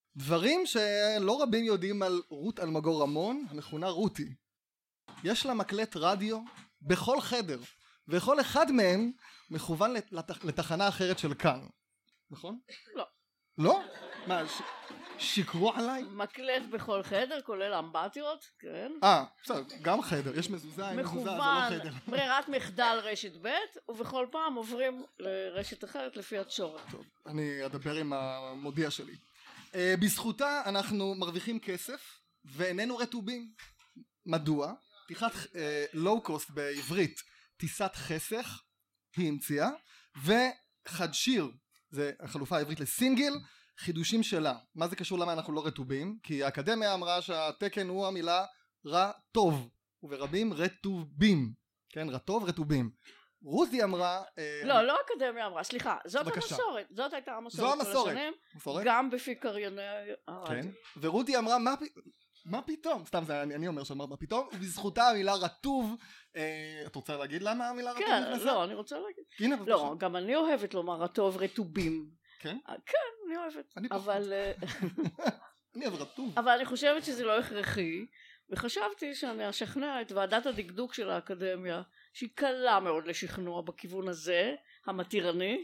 דברים שלא רבים יודעים על רות אלמגור רמון, המכונה רותי. יש לה מקלט רדיו בכל חדר, וכל אחד מהם מכוון לתחנה אחרת של כאן. נכון? לא. לא? מה, שיקרו עליי? מקלט בכל חדר, כולל אמבטיות, כן. בסדר, גם חדר, יש מזוזה, עם מזוזה, זה לא חדר. מכוון, ברירת מחדל רשת ב' ובכל פעם עוברים לרשת אחרת לפי הצורך. טוב, אני אדבר עם המודיע שלי. בזכותה אנחנו מרוויחים כסף ואיננו רטובים. מדוע? פתיחת לואו קוסט בעברית, טיסת חסך, היא המציאה, וחדשיר, זה החלופה העברית לסינגל, חידושים שלה. מה זה קשור למה אנחנו לא רטובים? כי האקדמיה אמרה שהתקן הוא המילה רטוב, וברבים רטובים, כן, רטוב, רטובים. רותי אמרה... לא האקדמיה אמרה, סליחה, זאת המסורת, זאת הייתה המסורת כל השנים, גם בפי קרייני הרדיו. כן, ורותי אמרה, מה פתאום? סתם, אני אומר שאמרת מה פתאום, ובזכותה המילה רטוב, את רוצה להגיד למה המילה רטוב נכנסה? כן, לא, אני רוצה להגיד. הנה, לא, גם אני אוהבת לומר רטוב רטובים. כן? כן, אני אוהבת. אבל... אני אוהב רטוב. אבל אני חושבת שזה לא הכרחי, וחשבתי שאני אשכנע את ועדת הדקדוק של האקדמיה, שהיא קלה מאוד לשכנוע בכיוון הזה, המתירני,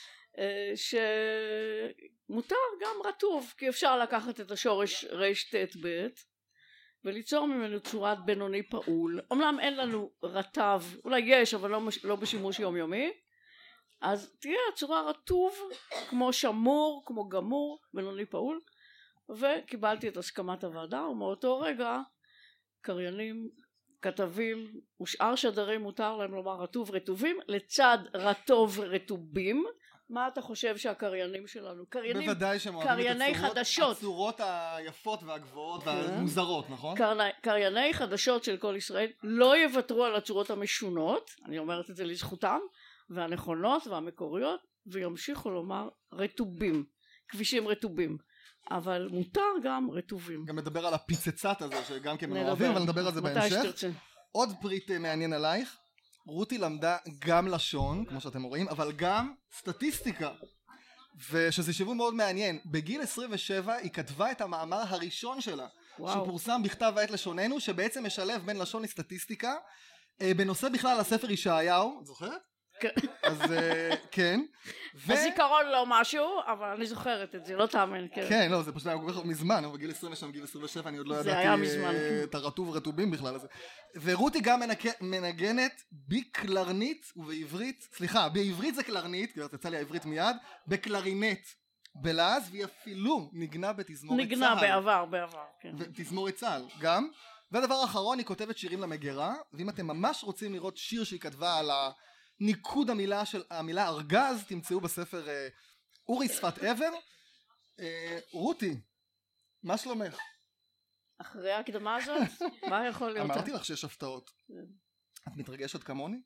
שמותר גם רטוב, כי אפשר לקחת את השורש רשת ב' וליצור ממנו צורת בינוני פעול. אומנם אין לנו רטב, אולי יש, אבל לא בשימוש יומיומי, אז תהיה הצורה רטוב, כמו שמור, כמו גמור, בינוני פעול, וקיבלתי את הסכמת הוועדה, ומאותו רגע קריינים, כתבים ושאר שדרים מותר להם לומר רטוב רטובים לצד רטוב רטובים. מה אתה חושב שהקריינים שלנו, בוודאי שהם אוהבים את הצורות היפות והגבוהות והמוזרות, נכון? קרייני חדשות של כל ישראל לא יוותרו על הצורות המשונות, אני אומרת את זה לזכותם, והנכונות והמקוריות, וימשיכו לומר רטובים, כבישים רטובים, אבל מותר גם רטובים. גם נדבר על הפיצצת הזה שגם כן אוהבים, אבל נדבר על זה בהמשך. עוד פריט מעניין עלייך, רותי למדה גם לשון, כמו שאתם רואים, אבל גם סטטיסטיקה, ושזה שיווי מאוד מעניין. בגיל 27 היא כתבה את המאמר הראשון שלה, שפורסם בכתב העת לשוננו, שבעצם משלב בין לשון לסטטיסטיקה, בנושא בכלל הספר ישעיהו, את זוכרת? אז כן. הזיכרון לא משהו, אבל אני זוכרת את זה, לא תאמן. כן, לא, זה פשוט היה כל כך מזמן, אבל בגיל 27, בגיל 27 אני עוד לא ידעתי את הרטוב רטובים בכלל הזה. ורותי גם מנגנת בקלרנית ובעברית, סליחה, בעברית זה קלרנית, כי תצא לי העברית מיד, בקלרינט בלעז, והיא אפילו נגנה בתזמורת צה"ל. נגנה בעבר, כן. בתזמורת צה"ל, גם. והדבר האחרון, היא כותבת שירים למגירה, ואם אתם ממש רוצים לראות שיר שהיא כתבה על ניקוד המילה ארגז, תמצאו בספר אורי שפת עבר. רותי, מה שלומך? אחרי ההקדמה הזאת? מה יכול להיות? אמרתי לך שיש הפתעות. את מתרגשת כמוני?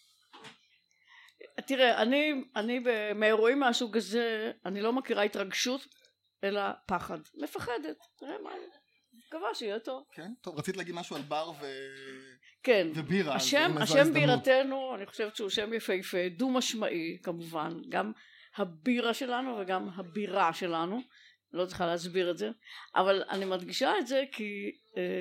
תראה, אני מאירועים מהסוג הזה, אני לא מכירה התרגשות, אלא פחד. מפחדת. תראה מה, מקווה שיהיה טוב. כן? טוב, רצית להגיד משהו על בר כן. ובירה. השם בירתנו, אני חושבת שהוא שם יפהפה, דו משמעי כמובן, גם הבירה שלנו וגם הבירה שלנו, לא צריכה להסביר את זה, אבל אני מדגישה את זה כי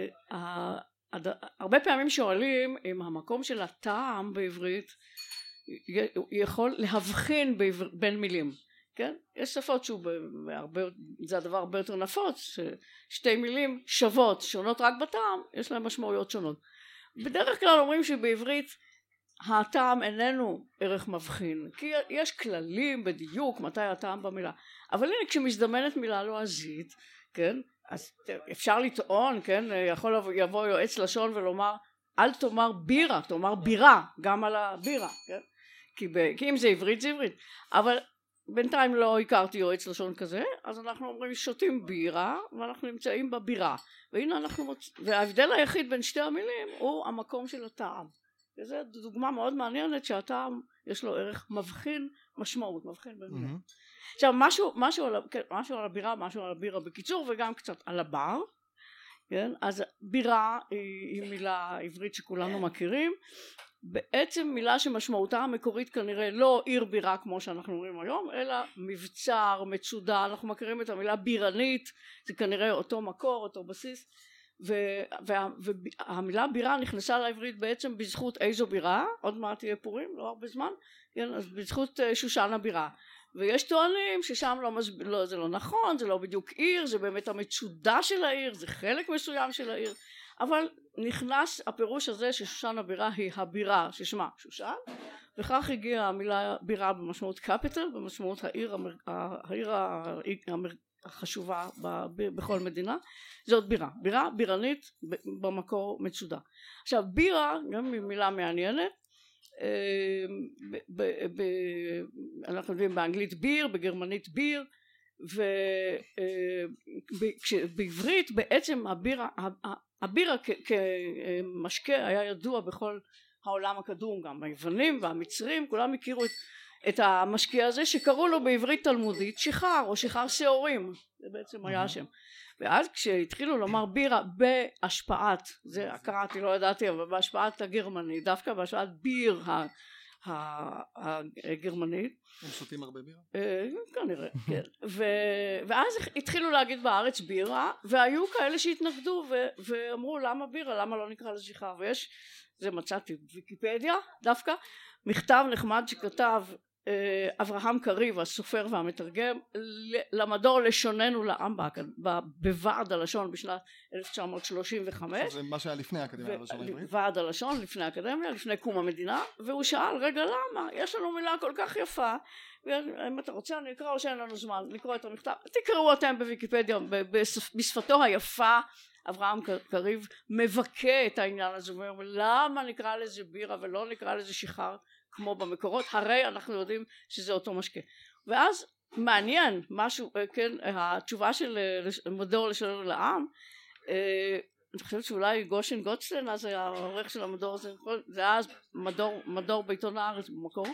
הרבה פעמים שואלים אם המקום של הטעם בעברית יכול להבחין בין מילים, כן? יש שפות זה הדבר הרבה יותר נפוץ, ששתי מילים שונות רק בטעם, יש להם משמעויות שונות. בדרך כלל אומרים שבעברית הטעם איננו ערך מבחין, כי יש כללים בדיוק מתי הטעם במילה, אבל הנה כשמזדמנת מילה לועזית, כן, אז אפשר לטעון, כן, יבוא יועץ לשון ולומר אל תאמר בירה, תאמר בירה, גם על הבירה, כן, כי אם זה עברית זה עברית, אבל בינתיים לא הכרתי יועץ לשון כזה, אז אנחנו אומרים שותים בירה ואנחנו נמצאים בבירה, והנה וההבדל היחיד בין שתי המילים הוא המקום של הטעם, וזו דוגמה מאוד מעניינת שהטעם יש לו ערך מבחין, משמעות, מבחין במילה. עכשיו משהו על הבירה, משהו על הבירה בקיצור, וגם קצת על הבר, כן? אז בירה היא מילה עברית שכולנו מכירים, בעצם מילה שמשמעותה המקורית כנראה לא עיר בירה כמו שאנחנו אומרים היום, אלא מבצר, מצודה. אנחנו מכירים את המילה בירנית, זה כנראה אותו מקור, אותו בסיס, והמילה בירה נכנסה לעברית בעצם בזכות איזו בירה, עוד מעט תהיה פורים, לא הרבה זמן, כן, אז בזכות שושן הבירה. ויש טוענים ששם לא, זה לא נכון, זה לא בדיוק עיר, זה באמת המצודה של העיר, זה חלק מסוים של העיר, אבל נכנס הפירוש הזה ששושן הבירה היא הבירה ששמה שושן, וכך הגיעה המילה בירה במשמעות capital, במשמעות העיר החשובה בכל מדינה. זאת בירה, בירנית, במקור מצודה. עכשיו בירה גם מילה מעניינת, אנחנו יודעים באנגלית ביר, בגרמנית ביר, ובעברית בעצם הבירה כמשקה היה ידוע בכל העולם הקדום, גם היוונים והמצרים כולם הכירו את המשקה הזה שקראו לו בעברית תלמודית שיכר או שיכר שעורים, זה בעצם היה השם. ואז כשהתחילו לומר בירה בהשפעת, זה קראתי לא ידעתי, אבל בהשפעת הגרמנית, דווקא בהשפעת ביר הגרמנית, הם שותים הרבה בירה? כנראה, כן. ואז התחילו להגיד בארץ בירה, והיו כאלה שהתנגדו ואמרו למה בירה, למה לא נקרא לזה שיכר. ויש, זה מצאתי בוויקיפדיה דווקא, מכתב נחמד שכתב אברהם קריב הסופר והמתרגם למדור לשוננו לעם בוועד הלשון בשנת 1935. זה מה שהיה לפני האקדמיה ללשון העברית? ועד הלשון לפני האקדמיה, לפני קום המדינה, והוא שאל רגע למה יש לנו מילה כל כך יפה, אם אתה רוצה אני אקרא או שאין לנו זמן לקרוא את המכתב, תקראו אתם בוויקיפדיה בשפתו היפה. אברהם קריב מבכה את העניין הזה, הוא אומר למה נקרא לזה בירה ולא נקרא לזה שיכר כמו במקורות, הרי אנחנו יודעים שזה אותו משקה. ואז מעניין משהו, כן, התשובה של מדור לשוננו לעם, אני חושבת שאולי גושן גוטשטיין אז היה העורך של המדור הזה, זה היה אז מדור בעיתון הארץ במקור,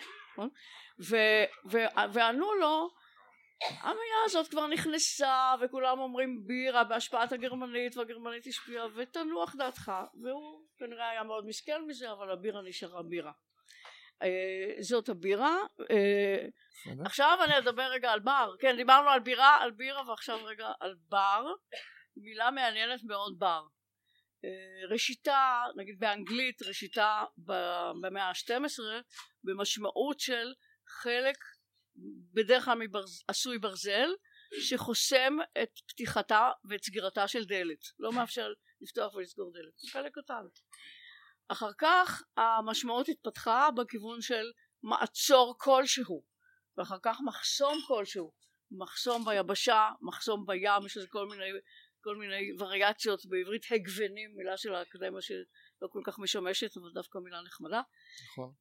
וענו לו המילה הזאת כבר נכנסה וכולם אומרים בירה בהשפעת הגרמנית והגרמנית השפיעה ותנוח דעתך, והוא כנראה היה מאוד מסכן מזה, אבל הבירה נשארה בירה. זאת הבירה. עכשיו אני אדבר רגע על בר. כן, דיברנו על בירה ועכשיו רגע על בר. מילה מעניינת מאוד בר. ראשיתה, נגיד באנגלית, ראשיתה במאה ה-12 במשמעות של חלק בדרך כלל עשוי ברזל שחוסם את פתיחתה ואת סגירתה של דלת, לא מאפשר לפתוח ולסגור דלת, זה חלק קטן. אחר כך המשמעות התפתחה בכיוון של מעצור כלשהו, ואחר כך מחסום כלשהו, מחסום ביבשה, מחסום בים, יש לזה כל מיני וריאציות בעברית, הגוונים, מילה של האקדמיה שלא כל כך משמשת אבל דווקא מילה נחמדה. נכון.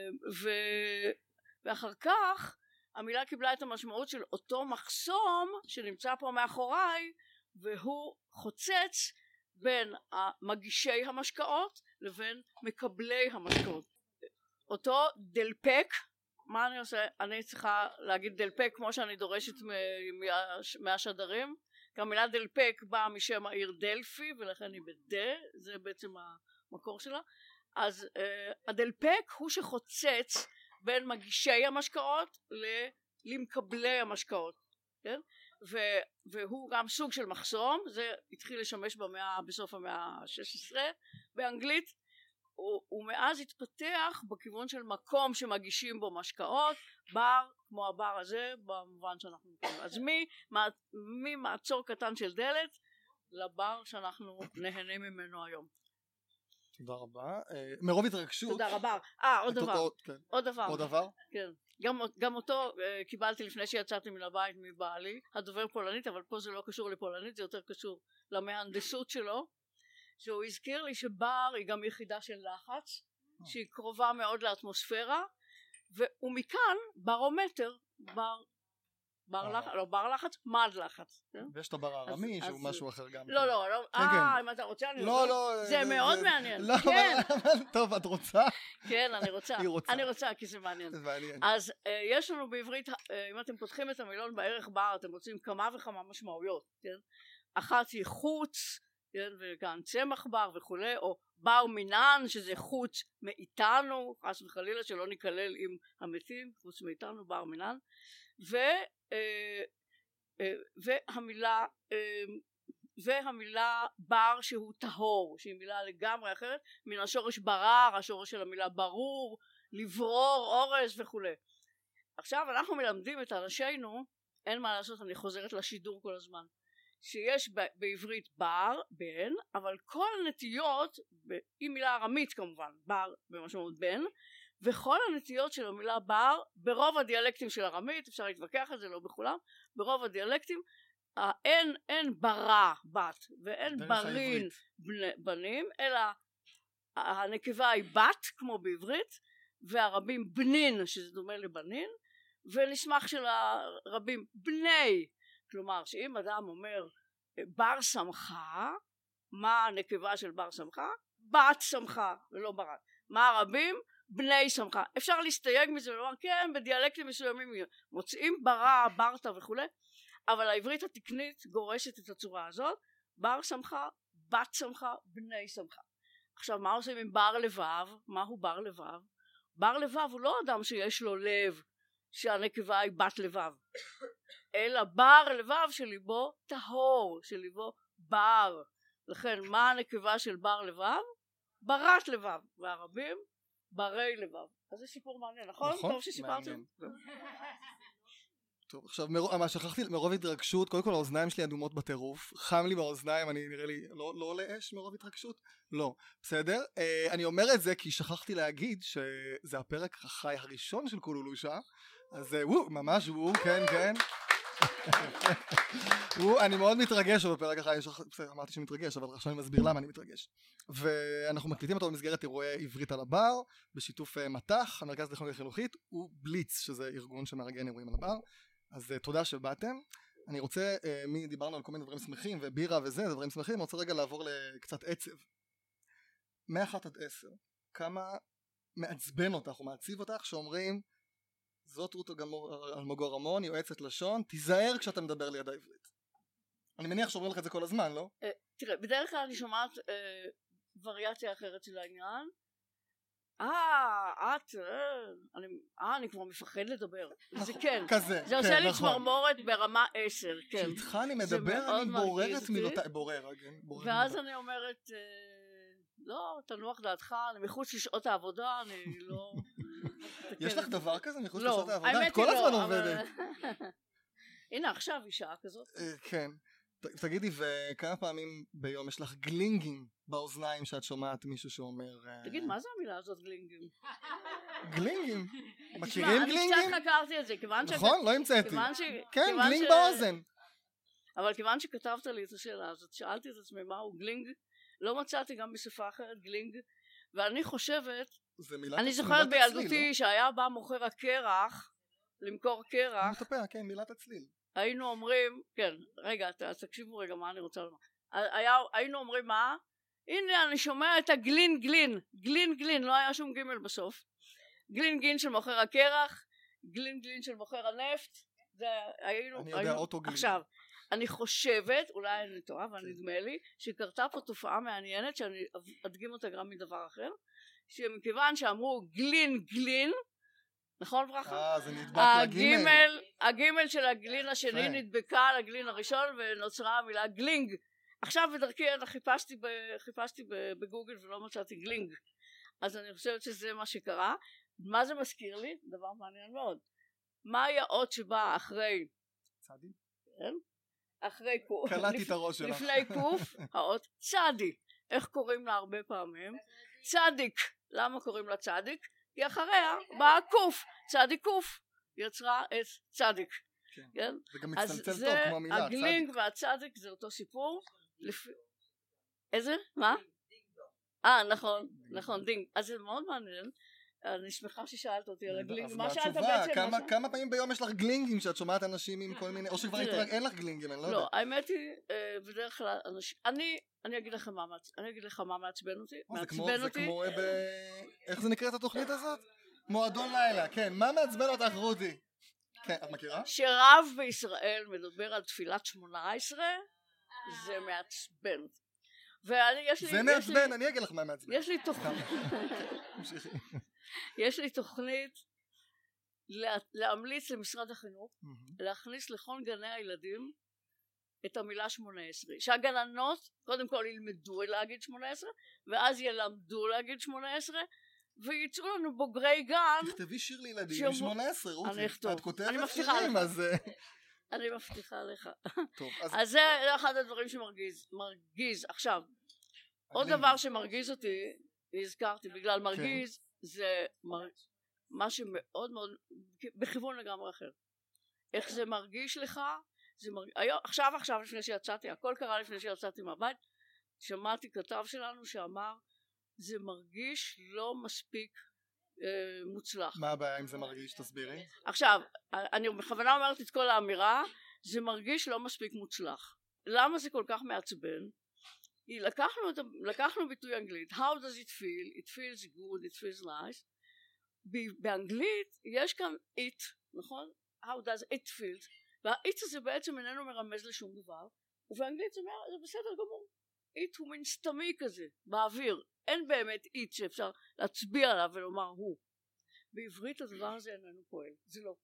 ואחר כך המילה קיבלה את המשמעות של אותו מחסום שנמצא פה מאחוריי, והוא חוצץ בין מגישי המשקאות לבין מקבלי המשקאות. אותו דלפק, מה אני עושה? אני צריכה להגיד דלפק כמו שאני דורשת מהשדרים, כי המילה דלפק באה משם העיר דלפי ולכן היא בדה, זה בעצם המקור שלה. אז הדלפק הוא שחוצץ בין מגישי המשקאות למקבלי המשקאות, כן? והוא גם סוג של מחסום, זה התחיל לשמש בסוף המאה ה-16 באנגלית, ומאז התפתח בכיוון של מקום שמגישים בו משקאות, בר כמו הבר הזה במובן שאנחנו מכירים. אז ממעצור קטן של דלת לבר שאנחנו נהנים ממנו היום. תודה רבה. מרוב התרגשות. תודה רבה. עוד דבר. כן. גם אותו קיבלתי לפני שיצאתי מן הבית מבעלי, הדובר פולנית, אבל פה זה לא קשור לפולנית, זה יותר קשור למהנדסות שלו, שהוא הזכיר לי שבר היא גם יחידה של לחץ, שהיא קרובה מאוד לאטמוספירה, ומכאן ברומטר, בר לחץ, מד לחץ. ויש את הבר הרמי שהוא משהו אחר גם. לא, אם אתה רוצה אני לא, זה מאוד מעניין. טוב, את רוצה? כן, אני רוצה כי זה מעניין. אז יש לנו בעברית, אם אתם פותחים את המילון בערך בר, אתם רוצים כמה וכמה משמעויות. אחת היא חוץ, כן, וכאן צמח בר וכולי, או בר מינן שזה חוץ מאיתנו, חס וחלילה שלא ניכלל עם המתים, חוץ מאיתנו בר מינן, והמילה בר שהוא טהור, שהיא מילה לגמרי אחרת מן השורש ברר, השורש של המילה ברור, לברור, אורז וכולי. עכשיו אנחנו מלמדים את אנשינו, אין מה לעשות, אני חוזרת לשידור כל הזמן, שיש בעברית בר, בן, אבל כל הנטיות, עם מילה ארמית כמובן, בר במשמעות בן, וכל הנטיות של המילה בר, ברוב הדיאלקטים של ארמית, אפשר להתווכח על זה, לא בכולם, ברוב הדיאלקטים, אין ברא בת, ואין ברין בנים, אלא הנקבה היא בת, כמו בעברית, והרבים בנין, שזה דומה לבנין, ונשמח של הרבים בני, כלומר שאם אדם אומר בר שמחה, מה הנקבה של בר שמחה? בת שמחה ולא ברת. מה הרבים? בני שמחה. אפשר להסתייג מזה ולומר כן, בדיאלקטים מסוימים מוצאים ברא, ברתה וכולי, אבל העברית התקנית גורשת את הצורה הזאת, בר שמחה, בת שמחה, בני שמחה. עכשיו מה עושים עם בר לבב? מהו בר לבב? בר לבב הוא לא אדם שיש לו לב שהנקבה היא בת לבב, אלא בר לבב שליבו טהור, שליבו בר. לכן מה הנקבה של בר לבב? ברת לבב, והרבים ברי לבב. אז זה סיפור מעניין, נכון? טוב שסיפרתי. טוב, עכשיו מה שכחתי, מרוב התרגשות, קודם כל האוזניים שלי אדומות בטירוף, חם לי באוזניים, אני נראה לי לא עולה אש מרוב התרגשות? לא, בסדר? אני אומר את זה כי שכחתי להגיד שזה הפרק החי הראשון של קולולושה, אז ממש כן. אני מאוד מתרגש בפרק החי, אמרתי שמתרגש, אבל עכשיו אני מסביר למה אני מתרגש. ואנחנו מקליטים אותו במסגרת אירועי עברית על הבר, בשיתוף מט"ח, המרכז לטכנולוגיה חינוכית, ובליץ, שזה ארגון שמארגן אירועים על הבר. אז תודה שבאתם. אני רוצה, דיברנו על כל מיני דברים שמחים ובירה וזה, דברים שמחים, אני רוצה רגע לעבור לקצת עצב. 1-1 עד 10, כמה מעצבן אותך או מעציב אותך שאומרים זאת רות אלמגור רמון, יועצת לשון, תיזהר כשאתה מדבר ליד העברית. אני מניח שאומרים לך את זה כל הזמן, לא? תראה, בדרך כלל אני שומעת וריאציה אחרת של העניין. אני כבר מפחד לדבר. זה כן. כזה. זה עושה לי צמרמורת ברמה 10, כן. כשאיתך אני מדבר, אני בוררת מילותיי. ואז אני אומרת, לא, תנוח דעתך, אני מחוץ לשעות העבודה, אני לא... יש לך דבר כזה מחוץ לשעות העבודה? את כל הזמן עובדת. הנה עכשיו היא שעה כזאת. כן. תגידי, וכמה פעמים ביום יש לך גלינגים באוזניים שאת שומעת מישהו שאומר... תגיד, מה זה המילה הזאת גלינגים? גלינגים? מכירים גלינגים? אני קצת חקרתי את זה, כיוון ש... נכון, לא המצאתי. כן, גלינג באוזן. אבל כיוון שכתבת לי את השאלה הזאת, שאלתי את עצמי מהו גלינג, לא מצאתי גם בשפה אחרת גלינג, ואני חושבת... אני זוכרת בילדותי שהיה בא מוכר הקרח, למכור קרח. כן, מילת הצליל. היינו אומרים, כן, רגע, תקשיבו רגע מה אני רוצה לומר. היינו אומרים מה? הנה אני שומע את הגלין גלין, גלין גלין, לא היה שום גימל בסוף. גלין גלין של מוכר הקרח, גלין גלין של מוכר הנפט, זה היינו... אני יודע אוטו גלין. עכשיו, אני חושבת, אולי אני טועה, אבל נדמה לי, שקרתה פה תופעה מעניינת, שאני אדגים אותה גם מדבר אחר, שמכיוון שאמרו גלין גלין, נכון ברכה? זה נדבק לגימל. הגימל של הגלין השני נדבקה על הגלין הראשון ונוצרה המילה גלינג. עכשיו בדרכי חיפשתי בגוגל ולא מצאתי גלינג. אז אני חושבת שזה מה שקרה. מה זה מזכיר לי? דבר מעניין מאוד. מהי האות שבאה אחרי... צדי? כן? אחרי קוף. קלטתי את הראש שלך. לפני קוף, האות צדי. איך קוראים לה הרבה פעמים? צדיק. למה קוראים לה צדיק? כי אחריה באה קוף, צדיק קוף, יצרה את צדיק. כן? זה גם מצטלצל טוב כמו המילה, צדיק. הגלינג והצדיק זה אותו סיפור. איזה? מה? נכון, דינג. אז זה מאוד מעניין. אני שמחה ששאלת אותי על הגלינג. מה שאלת בעצם? כמה פעמים ביום יש לך גלינגים שאת שומעת אנשים עם כל מיני, או שכבר אין לך גלינגים, אני לא יודע. לא, האמת היא, בדרך כלל אנשים, אני אגיד לך מה מעצבן אותי. זה כמו, איך זה נקראת התוכנית הזאת? מועדון לילה, כן. מה מעצבן אותך רותי? כן, את מכירה? שרב בישראל מדבר על תפילת 18, זה מעצבן אותי. זה מעצבן, אני אגיד לך מה מעצבן. יש לי תוכנית להמליץ למשרד החינוך להכניס לכל גני הילדים את המילה 18, שהגננות קודם כל ילמדו להגיד 18 ואז ילמדו להגיד 18 וייצאו לנו בוגרי גן. תכתבי שיר לילדים עם 18, רותי, את כותבת שירים, אז אני מבטיחה לך. אז זה אחד הדברים שמרגיז. עכשיו עוד דבר שמרגיז אותי, הזכרתי בגלל מרגיז, זה מה שמאוד מאוד בכיוון לגמרי אחר. איך זה מרגיש לך? עכשיו לפני שיצאתי, הכל קרה לפני שיצאתי מהבית, שמעתי כתב שלנו שאמר זה מרגיש לא מספיק מוצלח. מה הבעיה אם זה מרגיש? תסבירי. עכשיו אני בכוונה אומרת את כל האמירה, זה מרגיש לא מספיק מוצלח. למה זה כל כך מעצבן? לקחנו ביטוי אנגלית, how does it feel? It feels good, it feels nice. באנגלית יש כאן it, נכון? how does it feel? וה-it הזה בעצם איננו מרמז לשום דבר, ובאנגלית זה בסדר גמור. it הוא מין סתמי כזה, באוויר. אין באמת it שאפשר להצביע עליו ולומר הוא. בעברית הדבר הזה איננו פועל. זה לא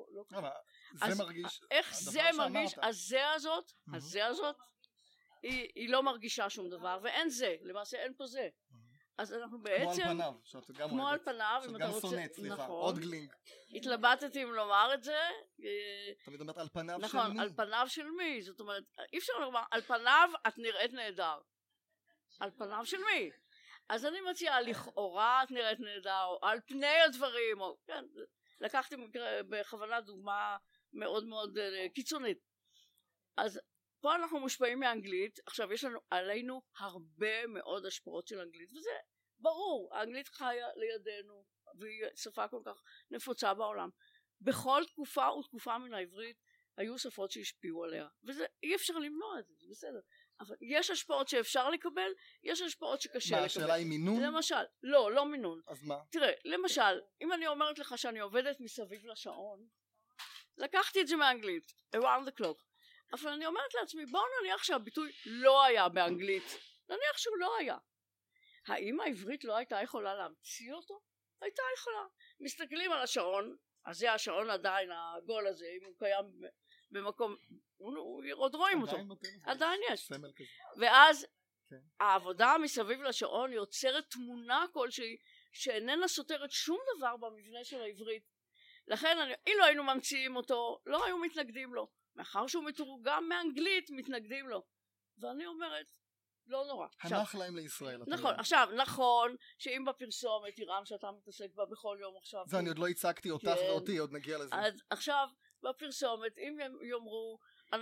זה מרגיש... איך זה מרגיש? הזה הזאת, היא לא מרגישה שום דבר, ואין זה, למעשה אין פה זה. אז אנחנו בעצם... כמו על פניו, שאת גם שונאת, סליחה, עוד גלינג. התלבטתי אם לומר את זה. תמיד אומרת על פניו של מי? נכון, על פניו של מי, זאת אומרת, אי אפשר לומר, על פניו את נראית נהדר. על פניו של מי? אז אני מציעה, לכאורה את נראית נהדר, או על פני הדברים, או... כן, לקחתי בכוונה דוגמה מאוד מאוד קיצונית. אז פה אנחנו מושפעים מאנגלית, עכשיו יש לנו עלינו הרבה מאוד השפעות של אנגלית, וזה ברור, האנגלית חיה לידינו, והיא שפה כל כך נפוצה בעולם. בכל תקופה ותקופה מן העברית היו שפות שהשפיעו עליה, וזה אי אפשר למנוע את זה, זה בסדר. אבל יש השפעות שאפשר לקבל, יש השפעות שקשה לקבל. השאלה היא מינון? למשל, לא מינון. אז מה? תראה, למשל, אם אני אומרת לך שאני עובדת מסביב לשעון, לקחתי את זה מאנגלית, around the clock. אבל אני אומרת לעצמי, בואו נניח שהביטוי לא היה באנגלית, נניח שהוא לא היה. האם העברית לא הייתה יכולה להמציא אותו? הייתה יכולה. מסתכלים על השעון, אז זה השעון עדיין, העגול הזה, אם הוא קיים במקום, עוד רואים אותו. עדיין יש. ואז העבודה מסביב לשעון יוצרת תמונה כלשהי, שאיננה סותרת שום דבר במבנה של העברית. לכן, אם לא היינו ממציאים אותו, לא היו מתנגדים לו. מאחר שהוא מתורגם מאנגלית מתנגדים לו, ואני אומרת לא נורא. הנח להם לישראל. נכון, עכשיו נכון שאם בפרסומת איראם שאתה מתעסק בה בכל יום עכשיו, זה אני עוד לא הצגתי אותך ואותי, עוד נגיע לזה. אז עכשיו בפרסומת אם הם יאמרו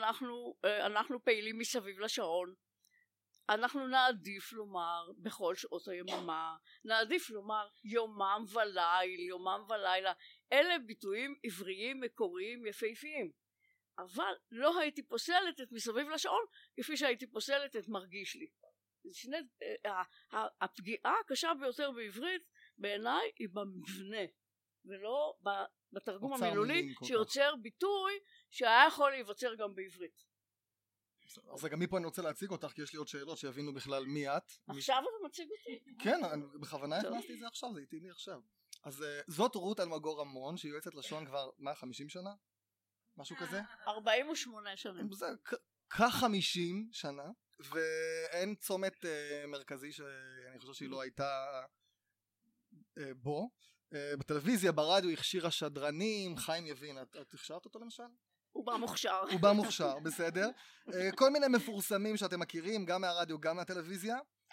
אנחנו פעילים מסביב לשעון, אנחנו נעדיף לומר בכל שעות היממה, נעדיף לומר יומם ולילה, אלה ביטויים עבריים מקוריים יפהפיים. אבל לא הייתי פוסלת את מסביב לשעון כפי שהייתי פוסלת את מרגיש לי. הפגיעה הקשה ביותר בעברית בעיניי היא במבנה ולא בתרגום המילולי שיוצר ביטוי שהיה יכול להיווצר גם בעברית. אז גם מפה אני רוצה להציג אותך כי יש לי עוד שאלות שיבינו בכלל מי את. עכשיו אתה מציג אותי? כן, בכוונה הכנסתי את זה עכשיו, זה איתי לי עכשיו. אז זאת רות אלמגור רמון שהיא יועצת לשון כבר 50 שנה? משהו כזה? 48 שנים. זה כ-50 שנה, ואין צומת מרכזי שאני חושב שהיא לא הייתה בו. בטלוויזיה, ברדיו, הכשירה שדרנים, חיים יבין, את הכשרת אותו למשל? הוא בא מוכשר. הוא בא מוכשר, בסדר. כל מיני מפורסמים שאתם מכירים, גם מהרדיו, גם מהטלוויזיה.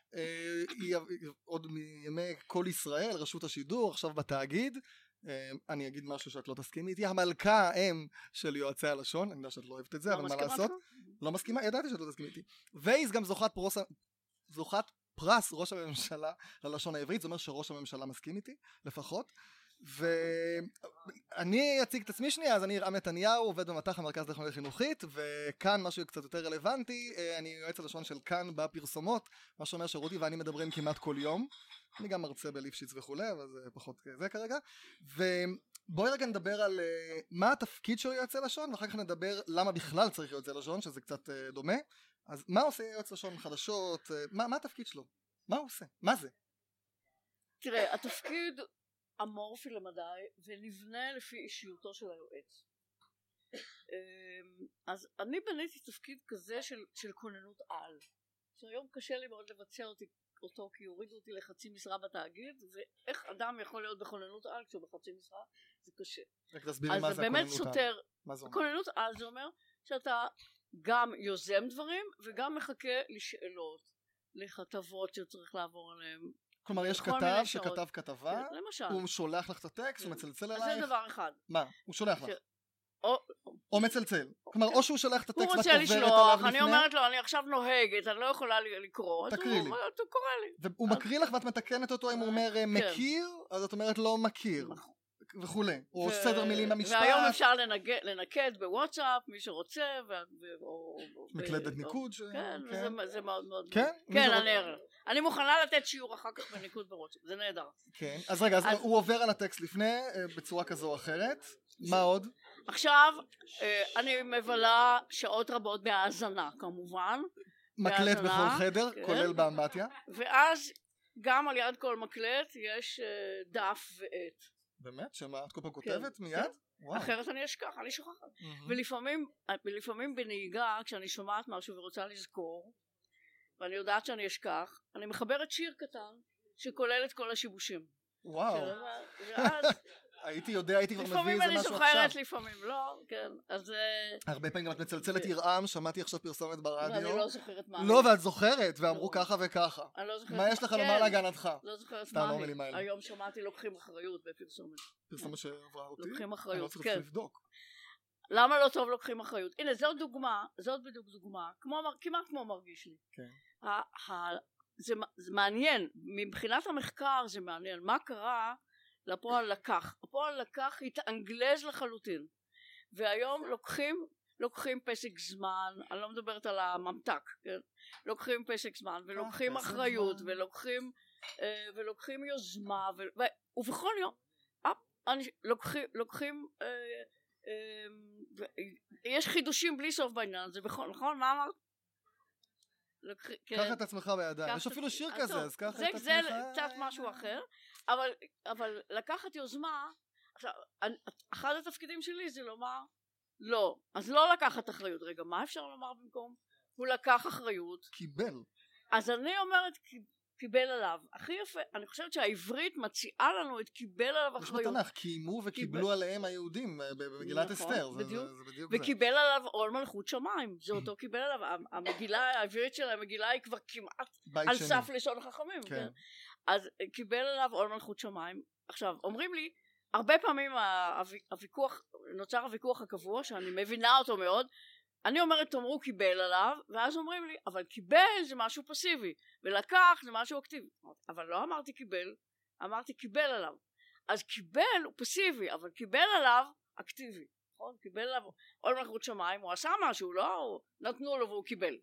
עוד מימי כל ישראל, רשות השידור, עכשיו בתאגיד. אני אגיד משהו שאת לא תסכימי איתי, המלכה האם של יועצי הלשון, אני יודע שאת לא אוהבת את זה, אבל מה לעשות? לא מסכימה? ידעתי שאת לא תסכימי איתי. והיא גם זוכת פרס ראש הממשלה ללשון העברית, זה אומר שראש הממשלה מסכים איתי, לפחות. ואני אציג את עצמי שנייה, אז אני רם נתניהו, עובד במט"ח המרכז לטכנולוגיה חינוכית, וכאן משהו קצת יותר רלוונטי, אני יועץ הלשון של כאן בפרסומות, מה שאומר שרותי ואני מדברים כמעט כל יום. אני גם מרצה בליפשיץ וכולי, אבל זה פחות זה כרגע. ובואי רגע נדבר על מה התפקיד של יועצי לשון, ואחר כך נדבר למה בכלל צריך יועצי לשון, שזה קצת דומה. אז מה עושה יועץ לשון חדשות? מה התפקיד שלו? מה הוא עושה? מה זה? תראה, התפקיד אמורפי למדי ונבנה לפי אישיותו של היועץ. אז אני בניתי תפקיד כזה של כוננות על, שהיום קשה לי מאוד לבצע אותו כי הורידו אותי לחצי משרה בתאגיד, ואיך אדם יכול להיות בכוננות על כשהוא בחצי משרה? זה קשה. רק תסבירי מה זה הכוננות על. סותר. כוננות על זה אומר שאתה גם יוזם דברים וגם מחכה לשאלות, לכתבות שצריך לעבור עליהן. כלומר יש כתב שכתב כתבה, למשל. הוא שולח לך את הטקסט, הוא מצלצל אלייך. אז זה דבר אחד. מה? הוא שולח לך. או מצלצל. כלומר או שהוא שולח את הטקסט ואת עוברת עליו לפני. הוא רוצה לשלוח, אני אומרת לו אני עכשיו נוהגת, אני לא יכולה לקרוא. תקריא לי. הוא קורא לי. והוא מקריא לך ואת מתקנת אותו אם הוא אומר מכיר, אז את אומרת לא מכיר. וכולי, או סדר מילים במשפט. והיום אפשר לנקד בוואטסאפ, מי שרוצה, מקלדת ניקוד. כן, זה מאוד מאוד. כן? כן, אני מוכנה לתת שיעור אחר כך בניקוד בוואטסאפ, זה נהדר. כן, אז רגע, הוא עובר על הטקסט לפני, בצורה כזו או אחרת. מה עוד? עכשיו, אני מבלה שעות רבות בהאזנה, כמובן. מקלט בכל חדר, כולל באמבטיה. ואז, גם על יד כל מקלט, יש דף ועט. באמת? שמה את כל פעם כותבת מיד? אחרת אני אשכח, אני שוכחת. ולפעמים בנהיגה, כשאני שומעת משהו ורוצה לזכור, ואני יודעת שאני אשכח, אני מחברת שיר קטן שכולל את כל השיבושים. וואו. ואז... הייתי כבר מביא איזה משהו עכשיו. לפעמים אני זוכרת, לפעמים לא, כן, אז... הרבה פעמים גם את מצלצלת ירעם, שמעתי עכשיו פרסומת ברדיו. ואני לא זוכרת מה. לא, ואת זוכרת, ואמרו ככה וככה. אני לא זוכרת. מה יש לך לומר להגנתך? לא זוכרת מה. היום שמעתי לוקחים אחריות בפרסומת. פרסומת שעברה אותי? לוקחים אחריות, כן. אני לא צריך לבדוק. למה לא טוב לוקחים אחריות? הנה, זאת בדיוק דוגמה, כמעט כמו מרגיש לי. כן. זה מעניין, מבחינת המחקר זה מעניין, מה קרה לפועל לקח. הפועל לקח התאנגלז לחלוטין, והיום לוקחים פסק זמן, אני לא מדברת על הממתק, כן? לוקחים פסק זמן ולוקחים אחריות ולוקחים יוזמה ובכל יום לוקחים יש חידושים בלי סוף בעניין הזה, נכון? מה אמרת? קח את עצמך בידיים, יש אפילו שיר כזה, אז קח את עצמך. זה קצת משהו אחר, אבל לקחת יוזמה, עכשיו, אחד התפקידים שלי זה לומר, לא, אז לא לקחת אחריות, רגע, מה אפשר לומר במקום? הוא לקח אחריות. קיבל. אז אני אומרת, קיבל עליו. הכי יפה, אני חושבת שהעברית מציעה לנו את קיבל עליו אחריות. יש בתנ"ך, קיימו וקיבלו עליהם היהודים במגילת אסתר. וקיבל עליו עול מלכות שמיים, זה אותו קיבל עליו. המגילה, העברית של המגילה היא כבר כמעט על סף לשון חכמים. אז קיבל עליו עול מלכות שמיים. עכשיו, אומרים לי, הרבה פעמים נוצר הוויכוח הקבוע, שאני מבינה אותו מאוד, אני אומרת, תאמרו קיבל עליו, ואז אומרים לי, אבל קיבל זה משהו פסיבי, ולקח זה משהו אקטיבי. אבל לא אמרתי קיבל, אמרתי קיבל עליו. אז קיבל הוא פסיבי, אבל קיבל עליו אקטיבי. נכון? קיבל עליו עול מלכות שמיים, הוא עשה משהו, לא נתנו לו והוא קיבל.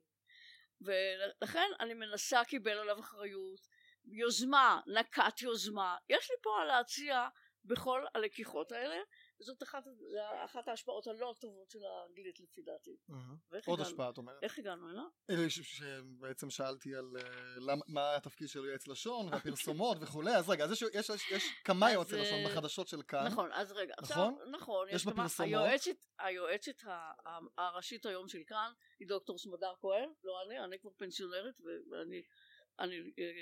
ולכן אני מנסה קיבל עליו אחריות, יוזמה, נקט יוזמה. יש לי פה להציע בכל הלקיחות האלה, וזאת אחת ההשפעות הלא טובות של האנגלית לפי דעתי. עוד השפעה את אומרת. איך הגענו הנה? שבעצם שאלתי על מה התפקיד של יועץ לשון והפרסומות וכולי, אז רגע, אז יש כמה יועצי לשון בחדשות של כאן. נכון, אז רגע, נכון, יש בפרסומות. היועצת הראשית היום של כאן היא דוקטור סמדר כהן, לא אני כבר פנסיונרית ואני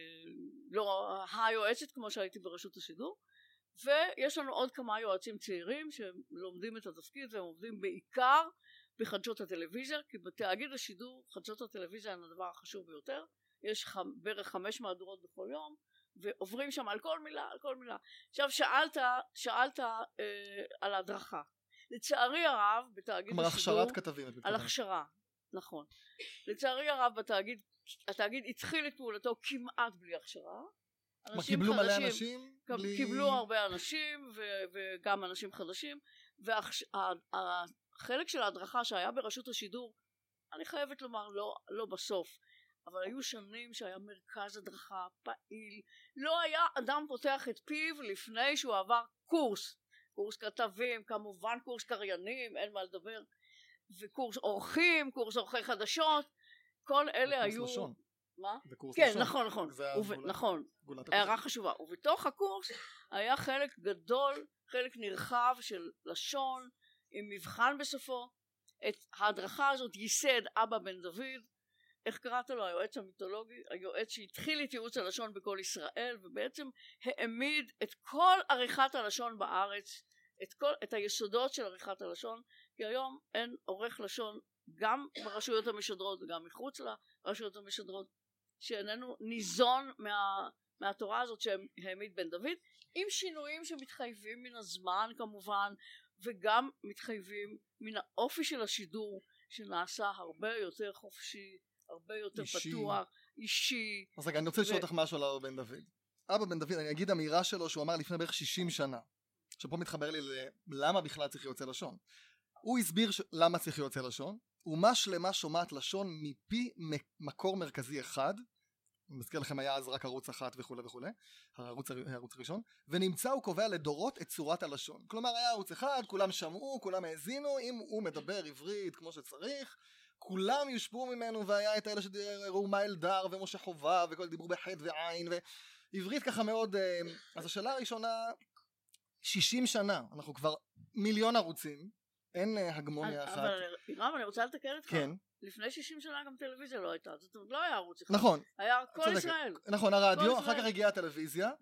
לא היועצת כמו שהייתי ברשות השידור, ויש לנו עוד כמה יועצים צעירים שלומדים את התפקיד והם עובדים בעיקר בחדשות הטלוויזיה, כי בתאגיד השידור חדשות הטלוויזיה הן הדבר החשוב ביותר, יש בערך 5 מהדורות בכל יום ועוברים שם על כל מילה. עכשיו שאלת על הדרכה, לצערי הרב בתאגיד השידור, הכשרת כתבים, על הכשרה, נכון, לצערי הרב התאגיד התחיל את פעולתו כמעט בלי הכשרה, קיבלו מלא אנשים? קיבלו הרבה אנשים וגם אנשים חדשים, והחלק של ההדרכה שהיה ברשות השידור, אני חייבת לומר לא בסוף, אבל היו שנים שהיה מרכז הדרכה פעיל, לא היה אדם פותח את פיו לפני שהוא עבר קורס כתבים, כמובן קורס קריינים, אין מה לדבר, וקורס עורכים, קורס עורכי חדשות, כל אלה היו... בקורס לשון. מה? בקורס כן, לשון. נכון, נכון. נכון. גולת הערה חשובה. ובתוך הקורס היה חלק גדול, חלק נרחב של לשון, עם מבחן בסופו. את ההדרכה הזאת ייסד אבא בן דוד, איך קראת לו? היועץ המיתולוגי, היועץ שהתחיל את ייעוץ הלשון בכל ישראל, ובעצם העמיד את כל עריכת הלשון בארץ, את היסודות של עריכת הלשון, כי היום אין עורך לשון גם ברשויות המשדרות וגם מחוץ לרשויות המשדרות, שאיננו ניזון מהתורה הזאת שהעמיד בן דוד, עם שינויים שמתחייבים מן הזמן כמובן, וגם מתחייבים מן האופי של השידור, שנעשה הרבה יותר חופשי, הרבה יותר פתוח, אישי. אז רגע, אני רוצה לשאול אותך משהו על אבא בן דוד. אבא בן דוד, אני אגיד אמירה שלו שהוא אמר לפני בערך 60 שנה, שפה מתחבר לי למה בכלל צריך יוצא לשון. הוא הסביר למה צריך יוצא לשון, אומה שלמה שומעת לשון מפי מקור מרכזי אחד, אני מזכיר לכם היה אז רק ערוץ אחת וכו' וכו', הערוץ הראשון, ונמצא הוא קובע לדורות את צורת הלשון. כלומר היה ערוץ אחד, כולם שמעו, כולם האזינו, אם הוא מדבר עברית כמו שצריך, כולם יושפעו ממנו, והיה את האלה שדיברו מה אלדר ומשה חובה וכל דיברו בחטא ועין ועברית ככה מאוד. אז השאלה הראשונה, 60 שנה, אנחנו כבר מיליון ערוצים, אין הגמוניה אחת. אבל רם, אני רוצה לתקן אותך. כן. לפני 60 שנה גם טלוויזיה לא הייתה, זאת אומרת לא היה ערוץ אחד. נכון. היה כל ישראל. נכון, הרדיו, אחר כך הגיעה הטלוויזיה.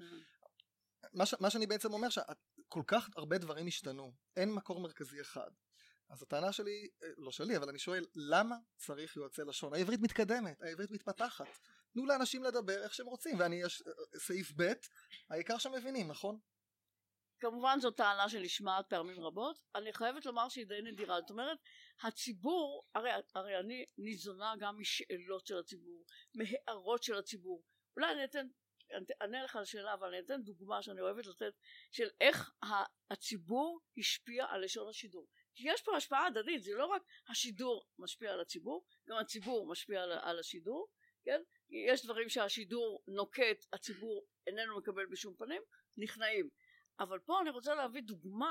מה שאני בעצם אומר שכל כך הרבה דברים השתנו, אין מקור מרכזי אחד. אז הטענה שלי, לא שלי, אבל אני שואל, למה צריך יועצי לשון? העברית מתקדמת, העברית מתפתחת. תנו לאנשים לדבר איך שהם רוצים, ואני יש סעיף ב', העיקר שמבינים, נכון? כמובן זו טענה שנשמעת פעמים רבות, אני חייבת לומר שהיא די נדירה, זאת אומרת, הציבור, הרי אני ניזונה גם משאלות של הציבור, מהערות של הציבור, אולי אני אענה לך על שאלה, אבל אני אתן דוגמה שאני אוהבת לתת, של איך הציבור השפיע על לשון השידור. כי יש פה השפעה הדדית, זה לא רק השידור משפיע על הציבור, גם הציבור משפיע על השידור, כן? יש דברים שהשידור נוקט, הציבור איננו מקבל בשום פנים, נכנעים. אבל פה אני רוצה להביא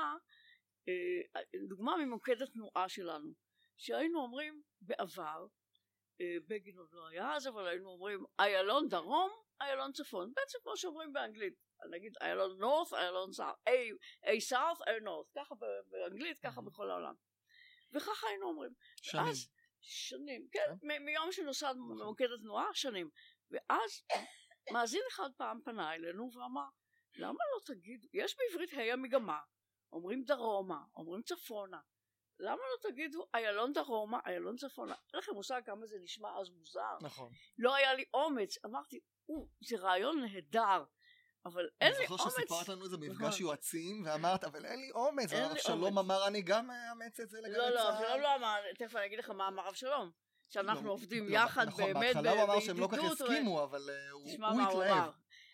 דוגמה ממוקד התנועה שלנו, שהיינו אומרים בעבר, בגין עוד לא היה אז, אבל היינו אומרים איילון דרום, איילון צפון, בעצם כמו שאומרים באנגלית, נגיד איילון נורת', איילון סאות', A סאות', A נורת', ככה באנגלית, ככה בכל העולם. וככה היינו אומרים. שנים. ואז, שנים, כן, מיום שנוסד ממוקד התנועה, שנים. ואז מאזין אחד פעם פנה אלינו ואמר, למה לא תגידו, יש בעברית ה' המגמה, אומרים דרומה, אומרים צפונה, למה לא תגידו איילון דרומה, איילון צפונה? אין לכם מושג כמה זה נשמע אז מוזר. נכון. לא היה לי אומץ, אמרתי, זה רעיון נהדר, אבל אין לי אומץ. אני זוכר שסיפרת לנו איזה מפגש יועצים, ואמרת, אבל אין לי אומץ, הרב שלום אמר, אני גם אאמץ את זה לגלי צה"ל. לא, אבשלום לא אמר, תכף אני אגיד לך מה אמר אבשלום, שאנחנו עובדים יחד באמת בידידות. בהתחלה הוא אמר שהם לא כך הסכימו, אבל הוא התלהב.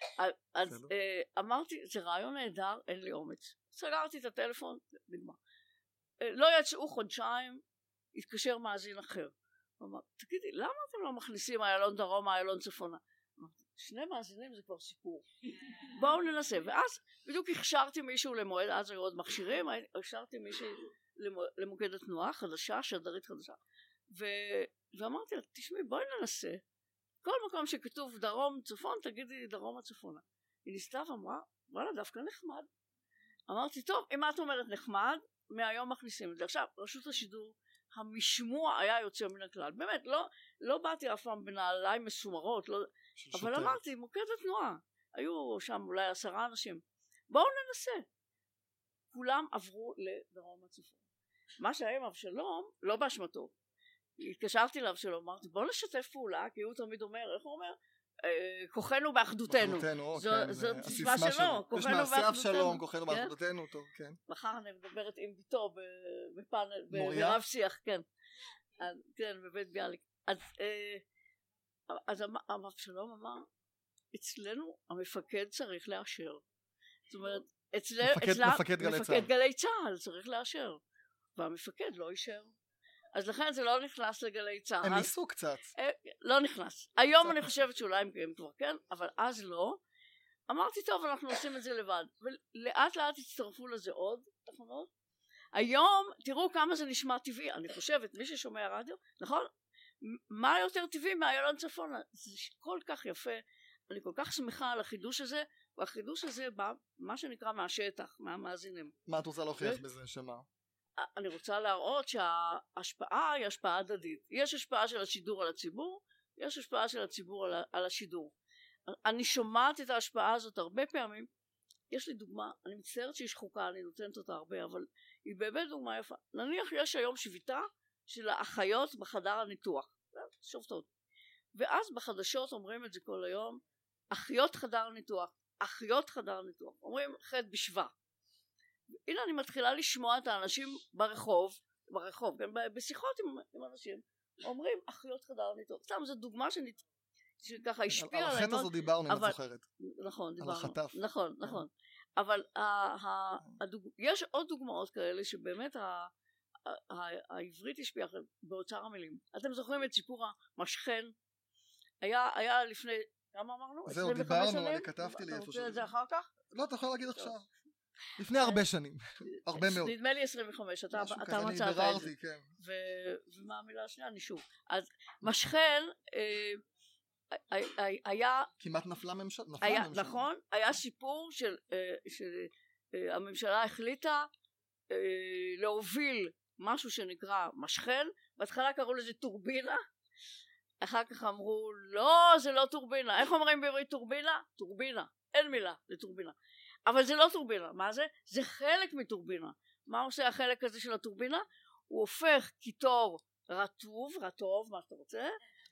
אז אמרתי, זה רעיון נהדר, אין לי אומץ. סגרתי את הטלפון, נגמר. לא יצאו חודשיים, התקשר מאזין אחר. הוא אמר, תגידי, למה אתם לא מכניסים איילון דרומה, איילון צפונה? אמרתי, שני מאזינים זה כבר סיפור. בואו ננסה. ואז בדיוק הכשרתי מישהו למועד, אז היו עוד מכשירים, הכשרתי מישהו למוקד התנועה חדשה, שדרית חדשה. ואמרתי לה, תשמעי, בואי ננסה. כל מקום שכתוב דרום צפון, תגידי דרום הצפונה. היא ניסתה ואמרה, וואלה, דווקא נחמד. אמרתי, טוב, אם את אומרת נחמד, מהיום מכניסים את זה. עכשיו, רשות השידור, המשמוע היה יוצא מן הכלל. באמת, לא באתי אף פעם בנעליים מסומרות, לא, אבל אמרתי, מוקד התנועה. היו שם אולי 10 אנשים. בואו ננסה. כולם עברו לדרום הצפון. מה שהיה עם אבשלום, לא באשמתו. התקשרתי לאבשלום, אמרתי, בואו נשתף פעולה, כי הוא תמיד אומר, איך הוא אומר? כוחנו באחדותנו. זאת סיסמה שלו. יש מעשה אבשלום, כוחנו באחדותנו, טוב, כן. מחר אני מדברת עם ביתו בפאנל, ברב שיח, כן. כן, בבית ביאליק. אז אבשלום אמר, אצלנו המפקד צריך לאשר. זאת אומרת, מפקד גלי צה"ל צריך לאשר. והמפקד לא אישר. אז לכן זה לא נכנס לגלי צה"ל. הם ניסו קצת. לא נכנס. היום אני חושבת שאולי הם כבר כן, אבל אז לא. אמרתי, טוב, אנחנו עושים את זה לבד. ולאט לאט הצטרפו לזה עוד תחנות. היום, תראו כמה זה נשמע טבעי. אני חושבת, מי ששומע רדיו, נכון? מה יותר טבעי מאיילון צפונה? זה כל כך יפה, אני כל כך שמחה על החידוש הזה, והחידוש הזה בא, מה שנקרא, מהשטח, מהמאזינים. מה את רוצה להוכיח בזה, שמה? אני רוצה להראות שההשפעה היא השפעה הדדית. יש השפעה של השידור על הציבור, יש השפעה של הציבור על השידור. אני שומעת את ההשפעה הזאת הרבה פעמים. יש לי דוגמה, אני מצטערת שהיא שחוקה, אני נותנת אותה הרבה, אבל היא באמת דוגמה יפה. נניח יש היום שביתה של האחיות בחדר הניתוח, שובתות. ואז בחדשות אומרים את זה כל היום, אחיות חדר ניתוח, אחיות חדר ניתוח, אומרים ח' בשבט. הנה אני מתחילה לשמוע את האנשים ברחוב, כן, בשיחות עם אנשים, אומרים אחיות חדר ניתוח. סתם זו דוגמה שככה השפיעה על החטא הזו דיברנו, אם את זוכרת. נכון, דיברנו. על החטף. נכון. אבל יש עוד דוגמאות כאלה שבאמת העברית השפיעה באוצר המילים. אתם זוכרים את סיפור המשכן? היה לפני, כמה אמרנו? זהו, דיברנו, אני כתבתי לי איפה אתה רוצה את זה אחר כך? לא, אתה יכול להגיד עכשיו. לפני הרבה שנים, הרבה מאוד. נדמה לי 25, אתה מצאת את זה. ומה המילה השנייה? נישוב. אז משכן היה... כמעט נפלה ממשלה. נכון, היה סיפור שהממשלה החליטה להוביל משהו שנקרא משכן, בהתחלה קראו לזה טורבינה, אחר כך אמרו לא, זה לא טורבינה. איך אומרים בעברית טורבינה? טורבינה, אין מילה לטורבינה. אבל זה לא טורבינה. מה זה? זה חלק מטורבינה. מה עושה החלק הזה של הטורבינה? הוא הופך קיטור רטוב, מה שאתה רוצה,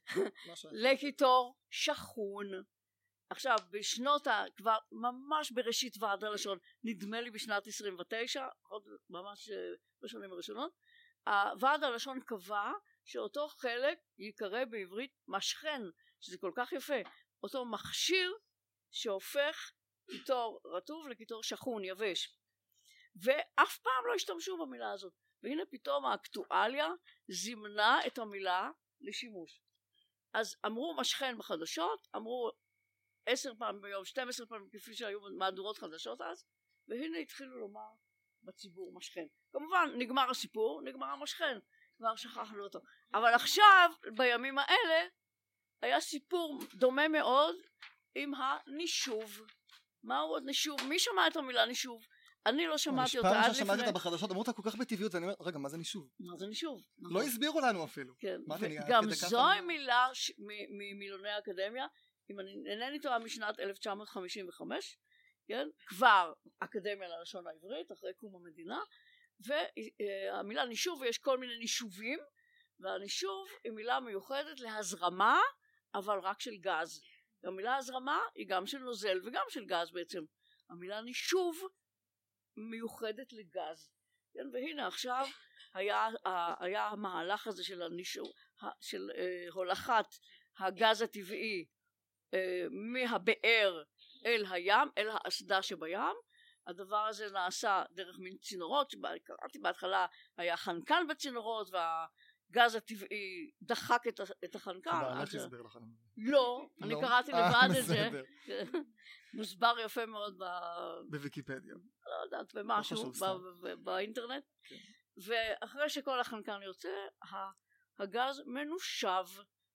לקיטור שחון. עכשיו בשנות כבר ממש בראשית ועד הלשון, נדמה לי בשנת 29, עוד ממש בשנים הראשונות, ועד הלשון קבע שאותו חלק יקרא בעברית משכן, שזה כל כך יפה, אותו מכשיר שהופך קיטור רטוב לקיטור שחון, יבש, ואף פעם לא השתמשו במילה הזאת, והנה פתאום האקטואליה זימנה את המילה לשימוש. אז אמרו משכן בחדשות, אמרו 10 פעמים ביום, 12 פעמים כפי שהיו מהדורות חדשות אז, והנה התחילו לומר בציבור משכן. כמובן נגמר הסיפור, נגמר המשכן, כבר שכחנו אותו. אבל עכשיו בימים האלה היה סיפור דומה מאוד עם הנישוב. מהו עוד נישוב? מי שמע את המילה נישוב? אני לא שמעתי אותה עד לפני. פעם ששמעתי אותה בחדשות אמרו אותה כל כך בטבעיות ואני אומר רגע מה זה נישוב? מה זה נישוב? לא הסבירו לנו אפילו. גם זוהי מילה ממילוני האקדמיה, אם אני אינני טועה משנת 1955, כן? כבר אקדמיה ללשון העברית אחרי קום המדינה, והמילה נישוב, ויש כל מיני נישובים, והנישוב היא מילה מיוחדת להזרמה אבל רק של גז. המילה הזרמה היא גם של נוזל וגם של גז בעצם. המילה נישוב מיוחדת לגז, כן? והנה עכשיו היה המהלך הזה של הנישוב, של הולכת הגז הטבעי מהבאר אל הים, אל האסדה שבים. הדבר הזה נעשה דרך מין צינורות, שקראתי בהתחלה היה חנקן בצינורות והגז הטבעי דחק את החנקן. בעלך הסביר לך. לא, אני קראתי לבד את זה. מוסבר יפה מאוד בוויקיפדיה. לא יודעת, במשהו, באינטרנט. ואחרי שכל החנקן יוצא, הגז מנושב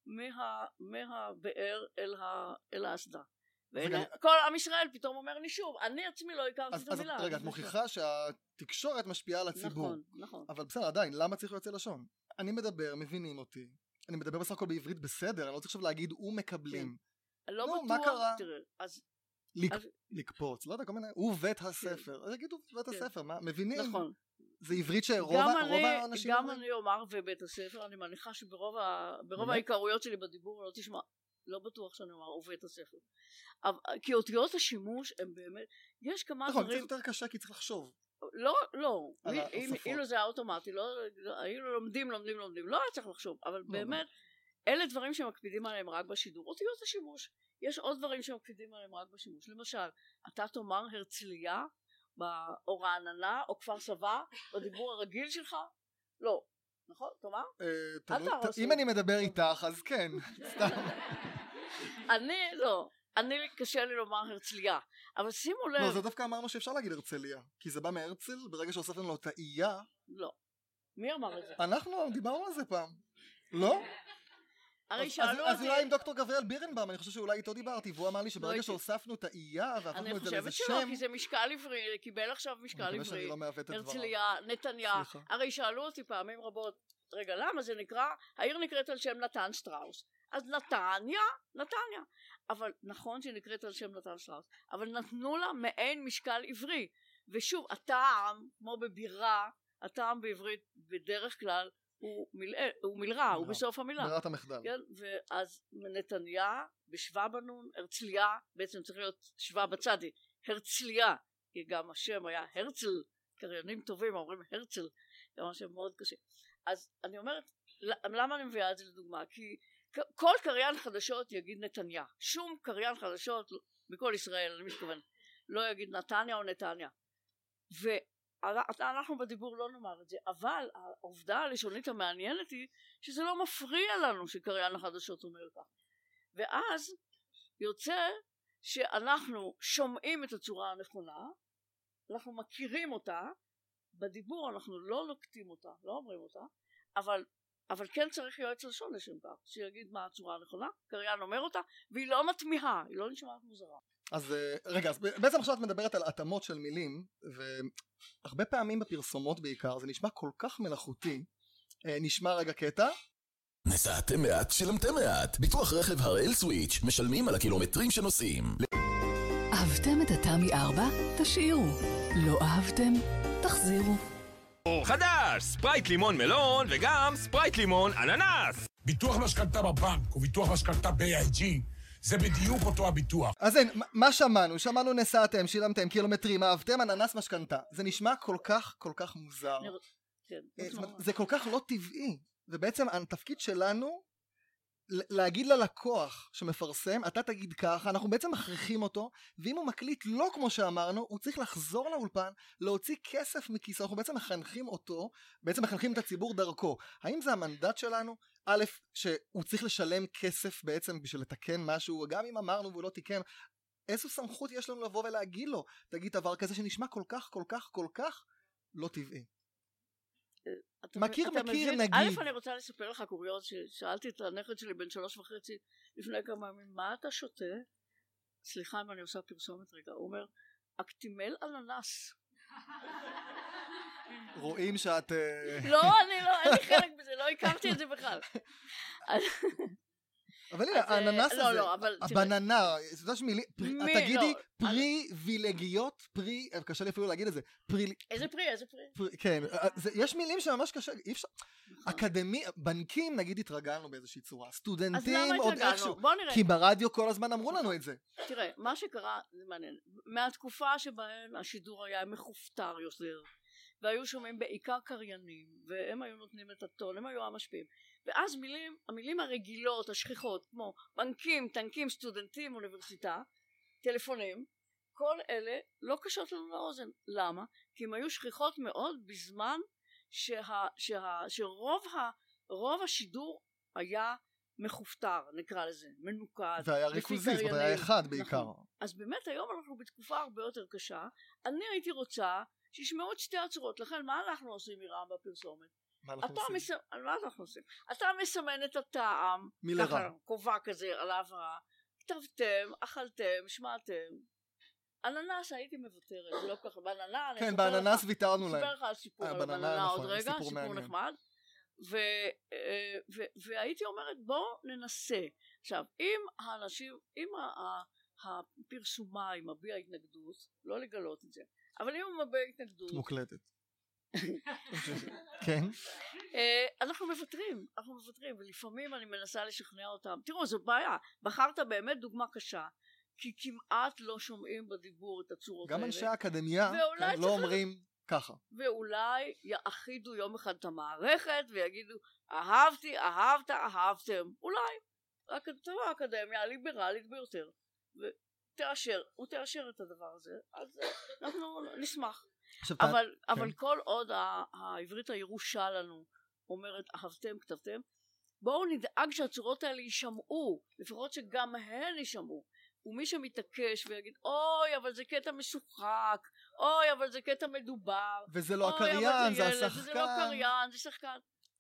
מהבאר אל האסדה. כל עם ישראל פתאום אומר נישוב. אני עצמי לא הכרתי את המילה. אז רגע, את מוכיחה שהתקשורת משפיעה על הציבור. נכון. אבל בסדר, עדיין, למה צריך יוצא לשון? אני מדבר, מבינים אותי. אני מדבר בסך הכל בעברית בסדר, אני לא צריך עכשיו להגיד ומקבלים. לא בטוח, מה קרה? לקפוץ, לא יודע, כל מיני, ובית הספר. אז יגידו בית הספר, מה? מבינים? נכון. זה עברית שרוב האנשים... גם אני אומר ובית הספר, אני מניחה שברוב העיקרויות שלי בדיבור לא תשמע, לא בטוח שאני אומר ובית הספר. כי אותיות השימוש הם באמת, יש כמה דברים... נכון, זה יותר קשה כי צריך לחשוב. לא, אילו זה האוטומטי, היינו לומדים, לא היה צריך לחשוב, אבל באמת, אלה דברים שמקפידים עליהם רק בשידור, אותיות השימוש. יש עוד דברים שמקפידים עליהם רק בשימוש, למשל, אתה תאמר הרצליה, או רעננה, או כפר סבא, בדיבור הרגיל שלך? לא, נכון? תאמר? אם אני מדבר איתך, אז כן, סתם. אני קשה לי לומר הרצליה, אבל שימו לב... לא, זה דווקא אמרנו שאפשר להגיד הרצליה, כי זה בא מהרצל, ברגע שהוספנו לו את האייה... לא. מי אמר את זה? אנחנו דיברנו על זה פעם. לא? הרי שאלו אותי... אז אולי עם דוקטור גבריאל בירנבאום, אני חושב שאולי איתו דיברתי, והוא אמר לי שברגע שהוספנו את האייה, והפכנו את זה לאיזה שם... אני חושבת שלא, כי זה משקל עברי, קיבל עכשיו משקל עברי, הרצליה, נתניה, הרי שאלו אותי פעמים רבות, רגע, למה זה נקרא, העיר נקראת על שם נתן שטראוס, אז נתניה, אבל נכון שהיא נקראת על שם נתן שטראוס, אבל נתנו לה מעין משקל עברי, ושוב, הטעם, כמו בבירה, הטעם בעברית בדרך כלל הוא מלרע, הוא בסוף המילה. ברירת המחדל. כן? ואז נתניה, בשווה בנון, הרצליה, בעצם צריך להיות שווה בצדי, הרצליה, כי גם השם היה הרצל, קריינים טובים אומרים הרצל, גם השם מאוד קשה. אז אני אומרת, למה אני מביאה את זה לדוגמה? כי כל קריין חדשות יגיד נתניה, שום קריין חדשות בכל ישראל, אני מתכוון, לא יגיד נתניה או נתניה. ואנחנו בדיבור לא נאמר את זה, אבל העובדה הלשונית המעניינת היא שזה לא מפריע לנו שקריין החדשות אומר כך. ואז יוצא שאנחנו שומעים את הצורה הנכונה, אנחנו מכירים אותה, בדיבור אנחנו לא נוקטים אותה, לא אומרים אותה, אבל כן צריך יועץ לשון לשם כך, שיגיד מה הצורה הנכונה, קריין אומר אותה, והיא לא מתמיהה, היא לא נשמעת מוזרה. אז רגע, אז בעצם עכשיו את מדברת על התאמות של מילים, והרבה פעמים בפרסומות בעיקר, זה נשמע כל כך מלאכותי. נשמע רגע קטע. נסעתם מעט, שילמתם מעט. ביטוח רכב הראל סוויץ', משלמים על הקילומטרים שנוסעים. אהבתם את התמי 4? תשאירו. לא אהבתם? תחזירו. חדש! ספרייט לימון מלון וגם ספרייט לימון אננס! ביטוח משכנתה בבנק וביטוח משכנתה ב-AIG זה בדיוק אותו הביטוח. אז אין, מה שמענו? שמענו נסעתם, שילמתם קילומטרים, אהבתם אננס משכנתה. זה נשמע כל כך מוזר. זה כל כך לא טבעי. ובעצם התפקיד שלנו להגיד ללקוח שמפרסם, אתה תגיד ככה, אנחנו בעצם מכריחים אותו, ואם הוא מקליט לא כמו שאמרנו, הוא צריך לחזור לאולפן, להוציא כסף מכיסו, אנחנו בעצם מחנכים אותו, בעצם מחנכים את הציבור דרכו. האם זה המנדט שלנו? א', שהוא צריך לשלם כסף בעצם בשביל לתקן משהו, גם אם אמרנו והוא לא תיקן, איזו סמכות יש לנו לבוא ולהגיד לו, תגיד דבר כזה שנשמע כל כך לא טבעי. מכיר נגיד. א', אני רוצה לספר לך קוריוז ששאלתי את הנכד שלי בן 3.5 לפני כמה ימים, מה אתה שותה? סליחה אם אני עושה פרסומת רגע, הוא אומר, אקטימל אננס. רואים שאת... לא, אין לי חלק בזה, לא הכרתי את זה בכלל. אבל הנה, האננס הזה, הבננה, את תגידי פריבילגיות, קשה לי אפילו להגיד את זה. איזה פרי? כן, יש מילים שממש קשה, אי אפשר, אקדמי, בנקים נגיד התרגלנו באיזושהי צורה, סטודנטים עוד איכשהו, כי ברדיו כל הזמן אמרו לנו את זה. תראה, מה שקרה, זה מעניין, מהתקופה שבהן השידור היה מחופתר יותר, והיו שומעים בעיקר קריינים, והם היו נותנים את הטון, הם היו המשפיעים. ואז המילים הרגילות, השכיחות, כמו בנקים, טנקים, סטודנטים, אוניברסיטה, טלפונים, כל אלה לא קשות לנו לאוזן. למה? כי הם היו שכיחות מאוד בזמן שרוב השידור היה מחופתר, נקרא לזה, מנוקד. והיה ריכוזי, זאת היה אחד בעיקר. נכון. אז באמת היום אנחנו בתקופה הרבה יותר קשה. אני הייתי רוצה שישמעו את שתי הצורות, לכן מה אנחנו עושים מרעם בפרסומת? מה אנחנו עושים? אתה מסמן את הטעם, ככה קובע כזה על העברה, כתבתם, אכלתם, שמעתם. אננס הייתי מבטרת, זה לא ככה, בננה, כן, באננס ויתרנו להם. נספר לך על סיפור על בננה עוד רגע, סיפור נחמד. והייתי אומרת בוא ננסה. עכשיו, אם הפרסומאי מביע התנגדות, לא לגלות את זה, אבל אם הוא מביע התנגדות מוקלטת כן, אנחנו מוותרים, ולפעמים אני מנסה לשכנע אותם. תראו, זו בעיה, בחרת באמת דוגמה קשה, כי כמעט לא שומעים בדיבור את הצורות האלה. גם אנשי האקדמיה לא אומרים ככה. ואולי יאחידו יום אחד את המערכת ויגידו אהבתי, אהבת, אהבתם. אולי האקדמיה הליברלית ביותר הוא תאשר את הדבר הזה, אז אנחנו נשמח. אבל כל עוד העברית הירושה לנו אומרת אהבתם, כתבתם, בואו נדאג שהצורות האלה יישמעו, לפחות שגם הן יישמעו. ומי שמתעקש ויגיד אוי אבל זה קטע משוחק, אוי אבל זה קטע מדובר, וזה לא הקריין, זה השחקן, זה לא קריין, זה שחקן,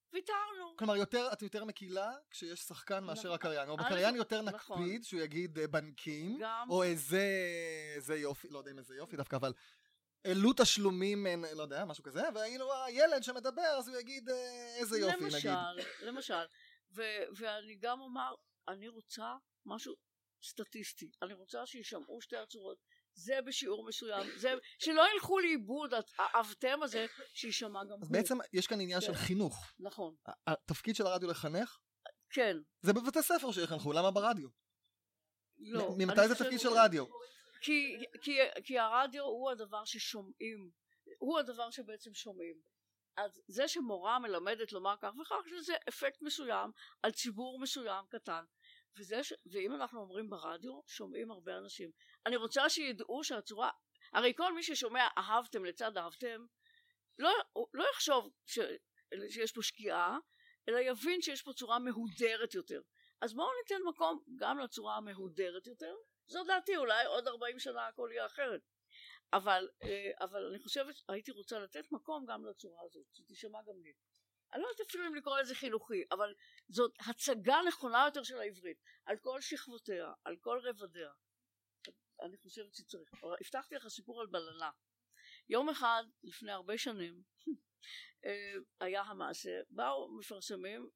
ויתרנו. כלומר, את יותר מקילה כשיש שחקן מאשר הקריין, או נכון. בקריין יותר נכון. נקפיד שהוא יגיד בנקים, גם. או איזה יופי, לא יודע אם איזה יופי דווקא, אבל אלו תשלומים, לא יודע, משהו כזה, והיינו הילד שמדבר, אז הוא יגיד איזה יופי, נגיד. למשל, ואני גם אומר, אני רוצה משהו סטטיסטי, אני רוצה שישמעו שתי הצורות, זה בשיעור מסוים, זה שלא ילכו לאיבוד האבטם הזה, שישמע גם אז הוא. בעצם יש כאן עניין של חינוך. נכון. התפקיד של הרדיו לחנך? כן. זה בבתי ספר שיחנכו, למה ברדיו? לא. ממתי זה תפקיד של רדיו? כי הרדיו הוא הדבר ששומעים, הוא הדבר שבעצם שומעים. אז זה שמורה מלמדת לומר כך וכך, שזה אפקט מסוים על ציבור מסוים קטן. ואם אנחנו אומרים ברדיו, שומעים הרבה אנשים. אני רוצה שידעו שהצורה, הרי כל מי ששומע אהבתם לצד אהבתם, לא יחשוב שיש פה שקיעה, אלא יבין שיש פה צורה מהודרת יותר. אז בואו ניתן מקום גם לצורה המהודרת יותר. זו דעתי, אולי עוד 40 שנה הכל יהיה אחרת. אבל אני חושבת, הייתי רוצה לתת מקום גם לצורה הזאת, שתשמע גם לי. אני לא יודעת אפילו אם לקרוא לזה חינוכי, אבל זאת הצגה נכונה יותר של העברית, על כל שכבותיה, על כל רבדיה. אני חושבת שצריך. הבטחתי לך סיפור על בלנה. יום אחד, לפני הרבה שנים, היה המעשה, באו מפרסמים,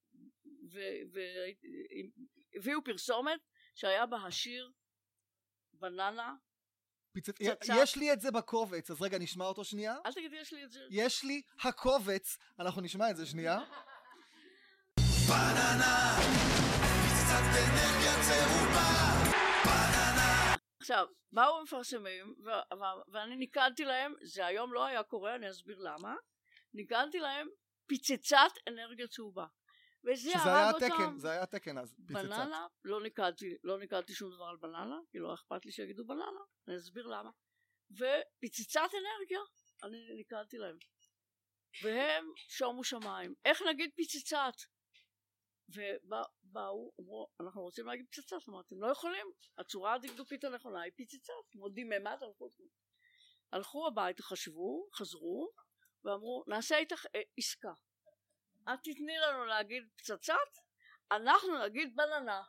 והביאו פרסומת, שהיה בה השיר, בננה, יש לי את זה בקובץ, אז רגע נשמע אותו שנייה. אל תגידי יש לי את זה. יש לי הקובץ, אנחנו נשמע את זה שנייה. בננה, פצצת אנרגיה צהובה, בננה. עכשיו, באו מפרסמים, ואני ניקנתי להם, זה היום לא היה קורה, אני אסביר למה, ניקנתי להם פצצת אנרגיה צהובה. וזה הרג אותם. זה היה התקן אז, פצצת. בננה, לא ניקנתי שום דבר על בננה, כי לא אכפת לי שיגידו בננה, אני אסביר למה. ופצצת אנרגיה, אני ניקנתי להם. והם שומו שמיים. איך נגיד פצצת? ובאו, אמרו, אנחנו רוצים להגיד פצצת, אמרתם, לא יכולים. הצורה הדקדוקית הנכונה היא פצצת. מודים ממד, הלכו הביתה, חזרו, ואמרו, נעשה איתך עסקה. את תתני לנו להגיד פצצת, אנחנו נגיד בננה.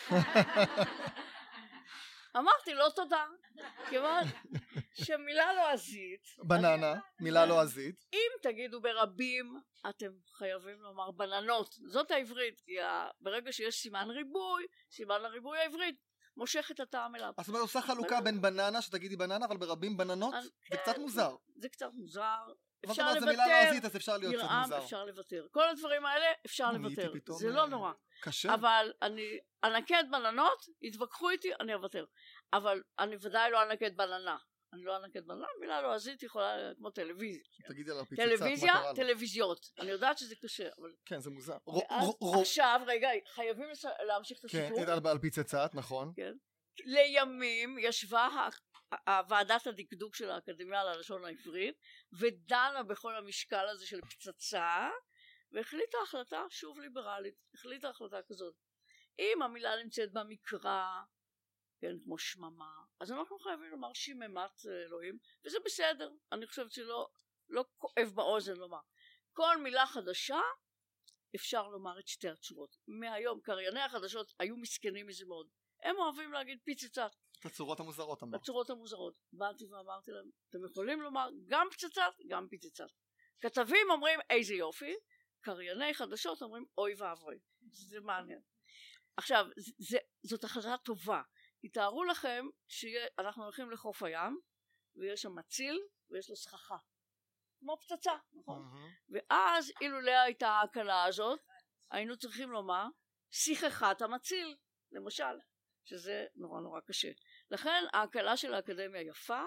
אמרתי לא תודה, כיוון שמילה לועזית, בננה, מילה לועזית, אם תגידו ברבים אתם חייבים לומר בננות, זאת העברית, כי ברגע שיש סימן הריבוי העברית מושך את הטעם אליו. אז אומרת עושה חלוקה בין בננה, שתגידי בננה, אבל ברבים בננות, זה קצת מוזר. זה קצת מוזר. אפשר לוותר, זה מילה לועזית, אז אפשר להיות קצת מוזר. אפשר לוותר. כל הדברים האלה אפשר לוותר. זה לא נורא. קשה. אבל אני אנקד בננות, יתווכחו איתי, אני אוותר. אבל אני ודאי לא אנקד בננה. אני לא אנקד בננה, מילה לועזית יכולה כמו טלוויזיה. תגידי על הפיצצת, טלוויזיה, טלוויזיות. אני יודעת שזה קשה, אבל... כן, זה מוזר. עכשיו, רגע, חייבים להמשיך את הסיפור. כן, על פיצצת, נכון. כן. לימים ישבה ועדת הדקדוק של האקדמיה ללשון העברית ודנה בכל המשקל הזה של פצצה והחליטה החלטה שוב ליברלית, החליטה החלטה כזאת, אם המילה נמצאת במקרא, כן, כמו שממה, אז אנחנו חייבים לומר שיממת אלוהים, וזה בסדר. אני חושבת שלא כואב באוזן לומר כל מילה חדשה אפשר לומר את שתי הצורות. מהיום קרייני החדשות היו מסכנים מזה מאוד, הם אוהבים להגיד פצצת. את הצורות המוזרות אמרת. הצורות המוזרות. באתי ואמרתי להם, אתם יכולים לומר גם פצצת, גם פצצת. כתבים אומרים איזה יופי, קרייני חדשות אומרים אוי ואבוי. זה מעניין. עכשיו, זאת החלטה טובה. תתארו לכם שאנחנו הולכים לחוף הים, ויש שם מציל, ויש לו סככה. כמו פצצה, נכון? ואז אילולא הייתה ההקלה הזאת, היינו צריכים לומר, שיחחת המציל, למשל. שזה נורא נורא קשה. לכן ההקלה של האקדמיה יפה,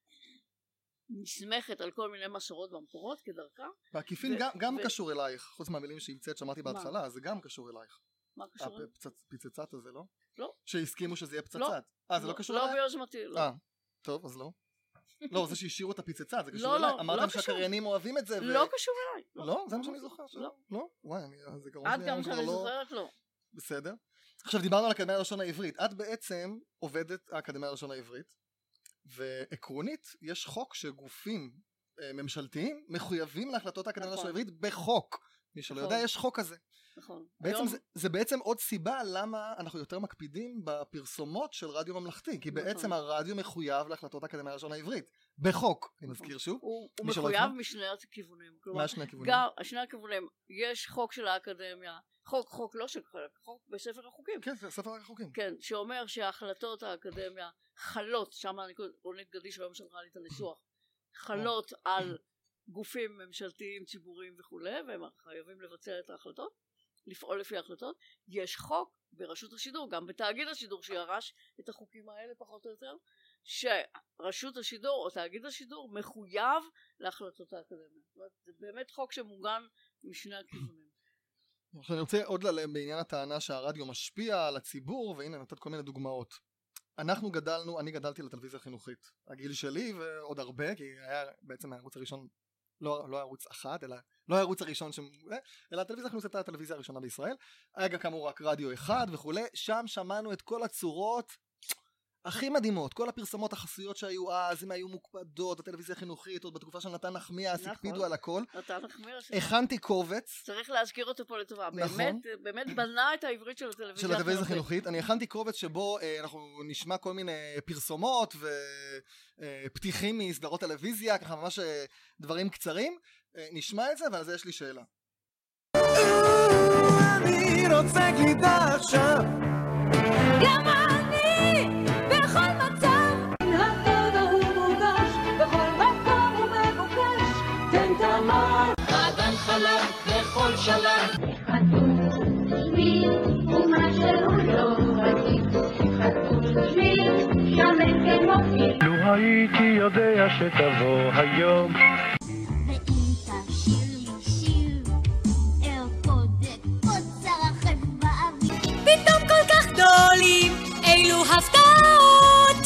נסמכת על כל מיני מסורות במקורות כדרכה. בעקיפין גם קשור אלייך, חוץ מהמילים שהמצאת שמעתי בהתחלה, זה גם קשור אלייך. מה קשור? פצצת הזה, לא? לא. שהסכימו שזה יהיה פצצת. זה לא קשור אלייך? לא ביוזמתי, לא. טוב, אז לא. לא, זה שהשאירו את הפצצה, זה קשור אליי. אמרתם שהקריינים אוהבים את זה. לא קשור אליי. לא, זה מה שאני זוכר. לא? וואי, זה קרוב עד גם שאני זוכרת לא. בסדר. עכשיו דיברנו על האקדמיה ללשון העברית, את בעצם עובדת האקדמיה ללשון העברית, ועקרונית יש חוק שגופים ממשלתיים מחויבים להחלטות האקדמיה ללשון העברית בחוק, מי שלא יודע, יש חוק כזה. נכון. בעצם זה בעצם עוד סיבה למה אנחנו יותר מקפידים בפרסומות של רדיו ממלכתי, כי בעצם הרדיו מחויב להחלטות האקדמיה הלשון העברית, בחוק, אני מזכיר שוב. הוא מחויב משני הכיוונים. מה שני הכיוונים? גם שני הכיוונים, יש חוק של האקדמיה, חוק לא של חוק בספר החוקים. כן, ספר החוקים. כן, שאומר שההחלטות האקדמיה חלות, שם רונית גדיש לא משלחה לי את הניסוח, חלות על גופים ממשלתיים, ציבוריים וכולי, והם חייבים לבצע את ההחלטות. לפעול לפי ההחלטות. יש חוק ברשות השידור, גם בתאגיד השידור שירש את החוקים האלה פחות או יותר, שרשות השידור או תאגיד השידור מחויב להחלטות האקדמיה. זאת אומרת, זה באמת חוק שמוגן משני הכיוונים. אני רוצה עוד בעניין הטענה שהרדיו משפיע על הציבור, והנה נתת כל מיני דוגמאות. אני גדלתי לטלוויזיה חינוכית. הגיל שלי ועוד הרבה, כי היה בעצם הערוץ הראשון, לא ערוץ אחד, אלא לא הערוץ הראשון אלא הטלוויזיה חינוכית הייתה הטלוויזיה הראשונה בישראל. היה גם כאמור רק רדיו אחד וכולי. שם שמענו את כל הצורות הכי מדהימות, כל הפרסומות החסויות שהיו אז, אם היו מוקפדות, הטלוויזיה החינוכית, עוד בתקופה של נתן נחמיאס, הקפידו על הכל. הכנתי קובץ. צריך להזכיר אותו פה לטובה. באמת בנה את העברית של הטלוויזיה החינוכית. אני הכנתי קובץ שבו אנחנו נשמע כל מיני פרסומות ופתיחים מסדרות טלוויזיה, ככה ממש דברים קצרים. נשמע את זה, ועל זה יש לי שאלה. אני רוצה גיטה עכשיו. גם אני, בכל מצב. הטוב הוא מורגש, בכל מקום הוא מבוקש. תן תמר, אדם חלק בכל שלב. חתול שמי, ומה שהוא לא רגיל. חתול שמי, שמן כמופיל. לו הייתי יודע שתבוא היום. ואם תשאיר לי שיר, ארקוד וקוצר החב באוויר. פתאום כל כך גדולים, אילו הפתעות.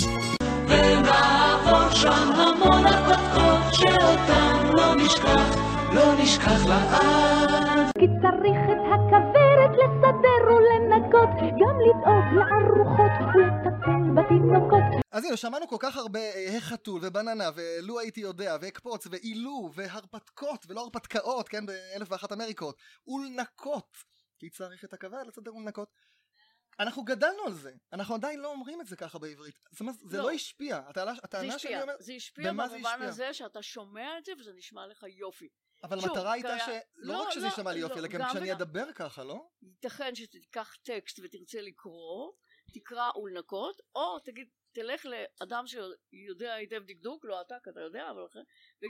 ונעבור שם המון הפתעות שאותם לא נשכח לעד. כי צריך את הכוורת לסדר ולנקות, גם לדאוג לארוחות ולטפל בתינוקות. אז הנה, שמענו כל כך הרבה חתול ובננה ולו הייתי יודע ואקפוץ ואילו והרפתקות ולא הרפתקאות, כן, באלף ואחת אמריקות, ולנקות, כי צריך את הכוורת לסדר ולנקות. אנחנו גדלנו על זה, אנחנו עדיין לא אומרים את זה ככה בעברית. זאת אומרת, זה לא השפיע. זה השפיע במובן הזה שאתה שומע את זה וזה נשמע לך יופי. אבל המטרה הייתה שלא רק שזה ישמע לי יופי, אלא גם כשאני אדבר ככה, לא? ייתכן שתיקח טקסט ותרצה לקרוא, תקרא ולנקות, או תלך לאדם שיודע היטב דקדוק, לא אתה, כי אתה יודע, אבל אחר,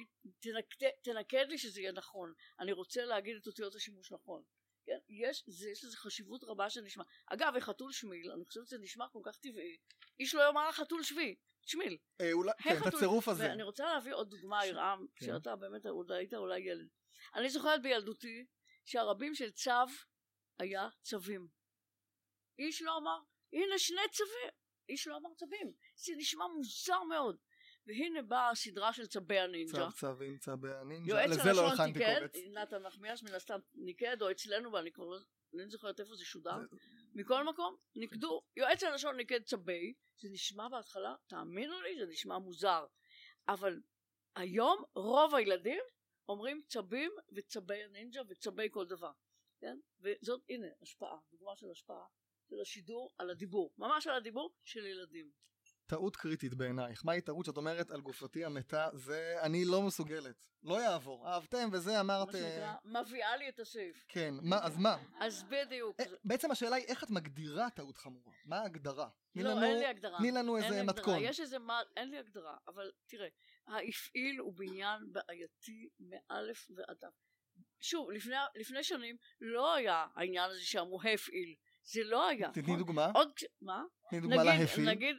ותנקד לי שזה יהיה נכון. אני רוצה להגיד את אותיות השימוש נכון. כן? יש לזה חשיבות רבה שנשמע. אגב, חתול שמיל, אני חושבת שזה נשמע כל כך טבעי. איש לא יאמר חתול שמיל. כן, את הצירוף הזה. ואני רוצה להביא עוד דוגמה, ירעם, שאתה באמת היית אולי ילד. אני זוכרת בילדותי שהרבים של צו היה צווים. איש לא אמר, הנה שני צווים. איש לא אמר צווים. זה נשמע מוזר מאוד. והנה באה הסדרה של צבי הנינג'ה. צווים, צבי הנינג'ה. לזה לא הכנתי קובץ. נתן נחמיאס מן הסתם ניקד, או אצלנו, ואני כבר לא זוכרת איפה זה שודר. מכל מקום, ניקדו, יועץ הלשון ניקד צבי, זה נשמע בהתחלה, תאמינו לי, זה נשמע מוזר. אבל היום רוב הילדים אומרים צבים וצבי הנינג'ה וצבי כל דבר. כן? וזאת, הנה, השפעה, דוגמה של השפעה של השידור על הדיבור. ממש על הדיבור של ילדים. טעות קריטית בעינייך. מהי טעות שאת אומרת על גופתי המתה? זה אני לא מסוגלת. לא יעבור. אהבתם וזה אמרת... מה שנקרא, מביאה לי את הסעיף. כן, אז מה? אז בדיוק. בעצם השאלה היא איך את מגדירה טעות חמורה? מה ההגדרה? לא, אין לי הגדרה. תני לנו איזה מתכון. אין לי הגדרה, אבל תראה, ההפעיל הוא בעניין בעייתי מאלף ועד תו. שוב, לפני שנים לא היה העניין הזה שאמרו הפעיל. זה לא היה. תתני דוגמה. מה? תתני דוגמה להפעיל. נגיד,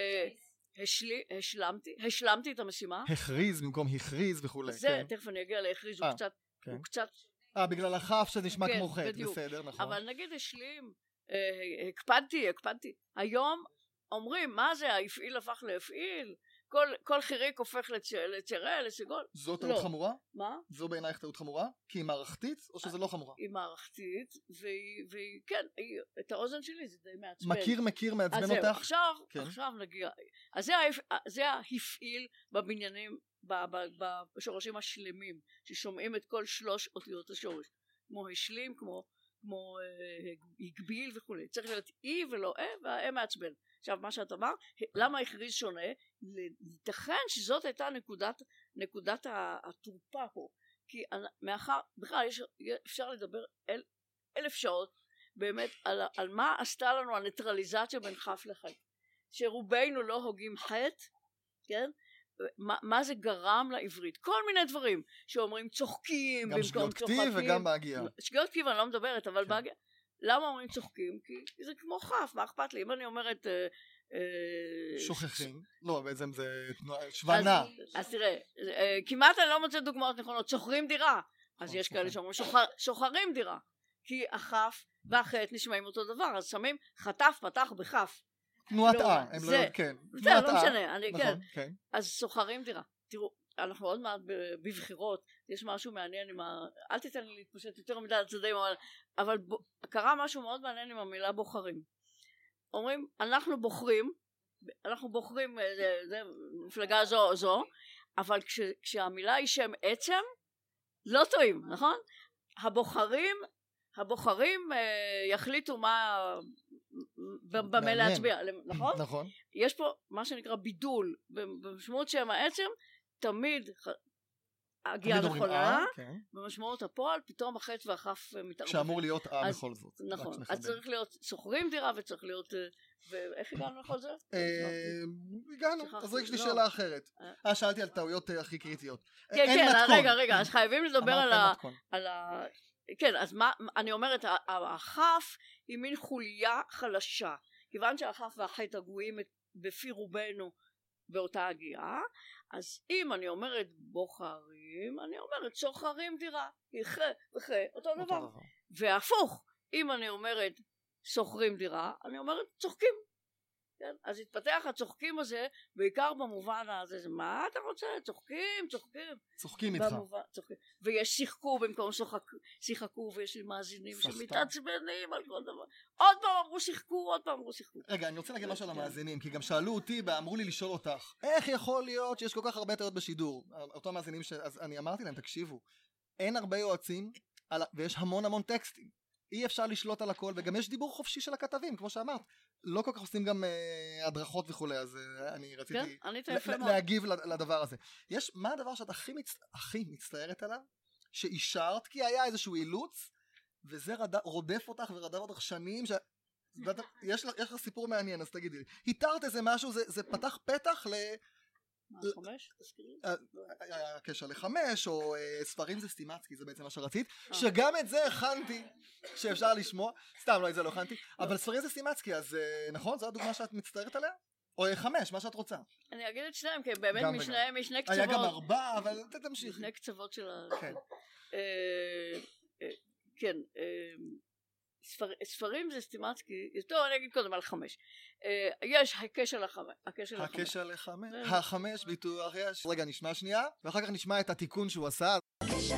השלמתי את המשימה. הכריז במקום הכריז וכולי. זה, תכף אני אגיע להכריז, הוא קצת... בגלל החף שנשמע כמו חטא, בסדר, נכון. אבל נגיד השלים, הקפדתי. היום אומרים, מה זה, ההפעיל הפך להפעיל? כל חיריק הופך לצרה, לסגול. זו טעות חמורה? מה? זו בעינייך טעות חמורה? כי היא מערכתית או שזה לא חמורה? היא מערכתית, והיא, כן, את האוזן שלי זה די מעצבן. מכיר, מעצבן אותך? אז זהו, עכשיו נגיע. אז זה ההפעיל בבניינים, בשורשים השלמים, ששומעים את כל 3 אותיות השורש. כמו השלים, כמו הגביל וכו'. צריך להיות אי ולא והאה מעצבן. עכשיו מה שאת אמר, למה הכריז שונה? ייתכן שזאת הייתה נקודת התורפה פה. כי מאחר, בכלל אפשר לדבר 1000 שעות באמת על מה עשתה לנו הניטרליזציה בין כף לחטא. שרובנו לא הוגים חטא, כן? מה זה גרם לעברית? כל מיני דברים שאומרים צוחקים גם שגיאות כתיב וגם בהגייה. שגיאות כתיב אני לא מדברת, אבל בהגייה. למה אומרים צוחקים? כי זה כמו כף, מה אכפת לי? אם אני אומרת שוכחים, לא בעצם זה שוונה. אז תראה, כמעט אני לא מוצא דוגמאות נכונות, שוכרים דירה. אז יש כאלה שאומרים שוחרים דירה. כי הכף והחטא נשמעים אותו דבר, אז שמים חטף פתח בכף. תנועת הם לא כן. זה לא משנה, כן. אז שוכרים דירה. תראו, אנחנו עוד מעט בבחירות, יש משהו מעניין אל תיתן לי להתפשט יותר מדי על צדדים, אבל קרה משהו מאוד מעניין עם המילה בוחרים. אומרים, אנחנו בוחרים מפלגה זו, אבל כשהמילה היא שם עצם, לא טועים, נכון? הבוחרים יחליטו במה להצביע, נכון? נכון. יש פה מה שנקרא בידול, במשמעות שם העצם, תמיד הגיעה נכונה, במשמעות הפועל, פתאום החטא והכף מתערבבים. שאמור להיות בכל זאת. נכון, אז צריך להיות שוכרים דירה וצריך להיות, ואיך הגענו לכל זה? הגענו, אז יש לי שאלה אחרת. שאלתי על טעויות הכי קריטיות. כן, רגע, אז חייבים לדבר על כן, אז מה, אני אומרת, הכף היא מין חוליה חלשה, כיוון שהכף והחטא הגויים בפי רובנו באותה הגיעה, אז אם אני אומרת בוחרים, אני אומרת שוכרים דירה, אותו דבר. והפוך, אם אני אומרת שוכרים דירה, אני אומרת צוחקים. כן? אז התפתח הצוחקים הזה, בעיקר במובן הזה, מה אתה רוצה? צוחקים איתך. ויש שיחקו במקום שיחקו, ויש לי מאזינים שמתעצבנים על כל דבר. עוד פעם אמרו שיחקו. רגע, אני רוצה להגיד משהו על המאזינים, כי גם שאלו אותי ואמרו לי לשאול אותך, איך יכול להיות שיש כל כך הרבה טעויות בשידור? אותו מאזינים, אז אני אמרתי להם, תקשיבו, אין הרבה יועצים, ויש המון טקסטים. אי אפשר לשלוט על הכל, וגם יש דיבור חופשי של הכתבים, כמו שאמרת. לא כל כך עושים גם הדרכות וכולי, אז אני רציתי להגיב לדבר הזה. מה הדבר שאת הכי מצטערת עליו, שאישרת, כי היה איזשהו אילוץ, וזה רודף אותך ורדף אותך שנים, יש לך סיפור מעניין, אז תגידי לי. התרת איזה משהו, זה פתח פתח מה, 5? הקשר ל5, או ספרים זה סטימצקי, זה בעצם מה שרצית, שגם את זה הכנתי, שאפשר לשמוע, סתם לא את זה לא הכנתי, אבל ספרים זה סטימצקי, אז נכון? זו הדוגמה שאת מצטערת עליה? או 5, מה שאת רוצה. אני אגיד את שניים, כי באמת משניהם יש שני קצוות. היה גם 4, אבל תמשיך. שני קצוות של כן. כן, ספרים זה סטימצקי, טוב אני אגיד קודם על 5. יש הקשר ל5. ה5 ביטוח יש. רגע נשמע שנייה, ואחר כך נשמע את התיקון שהוא עשה. הקשר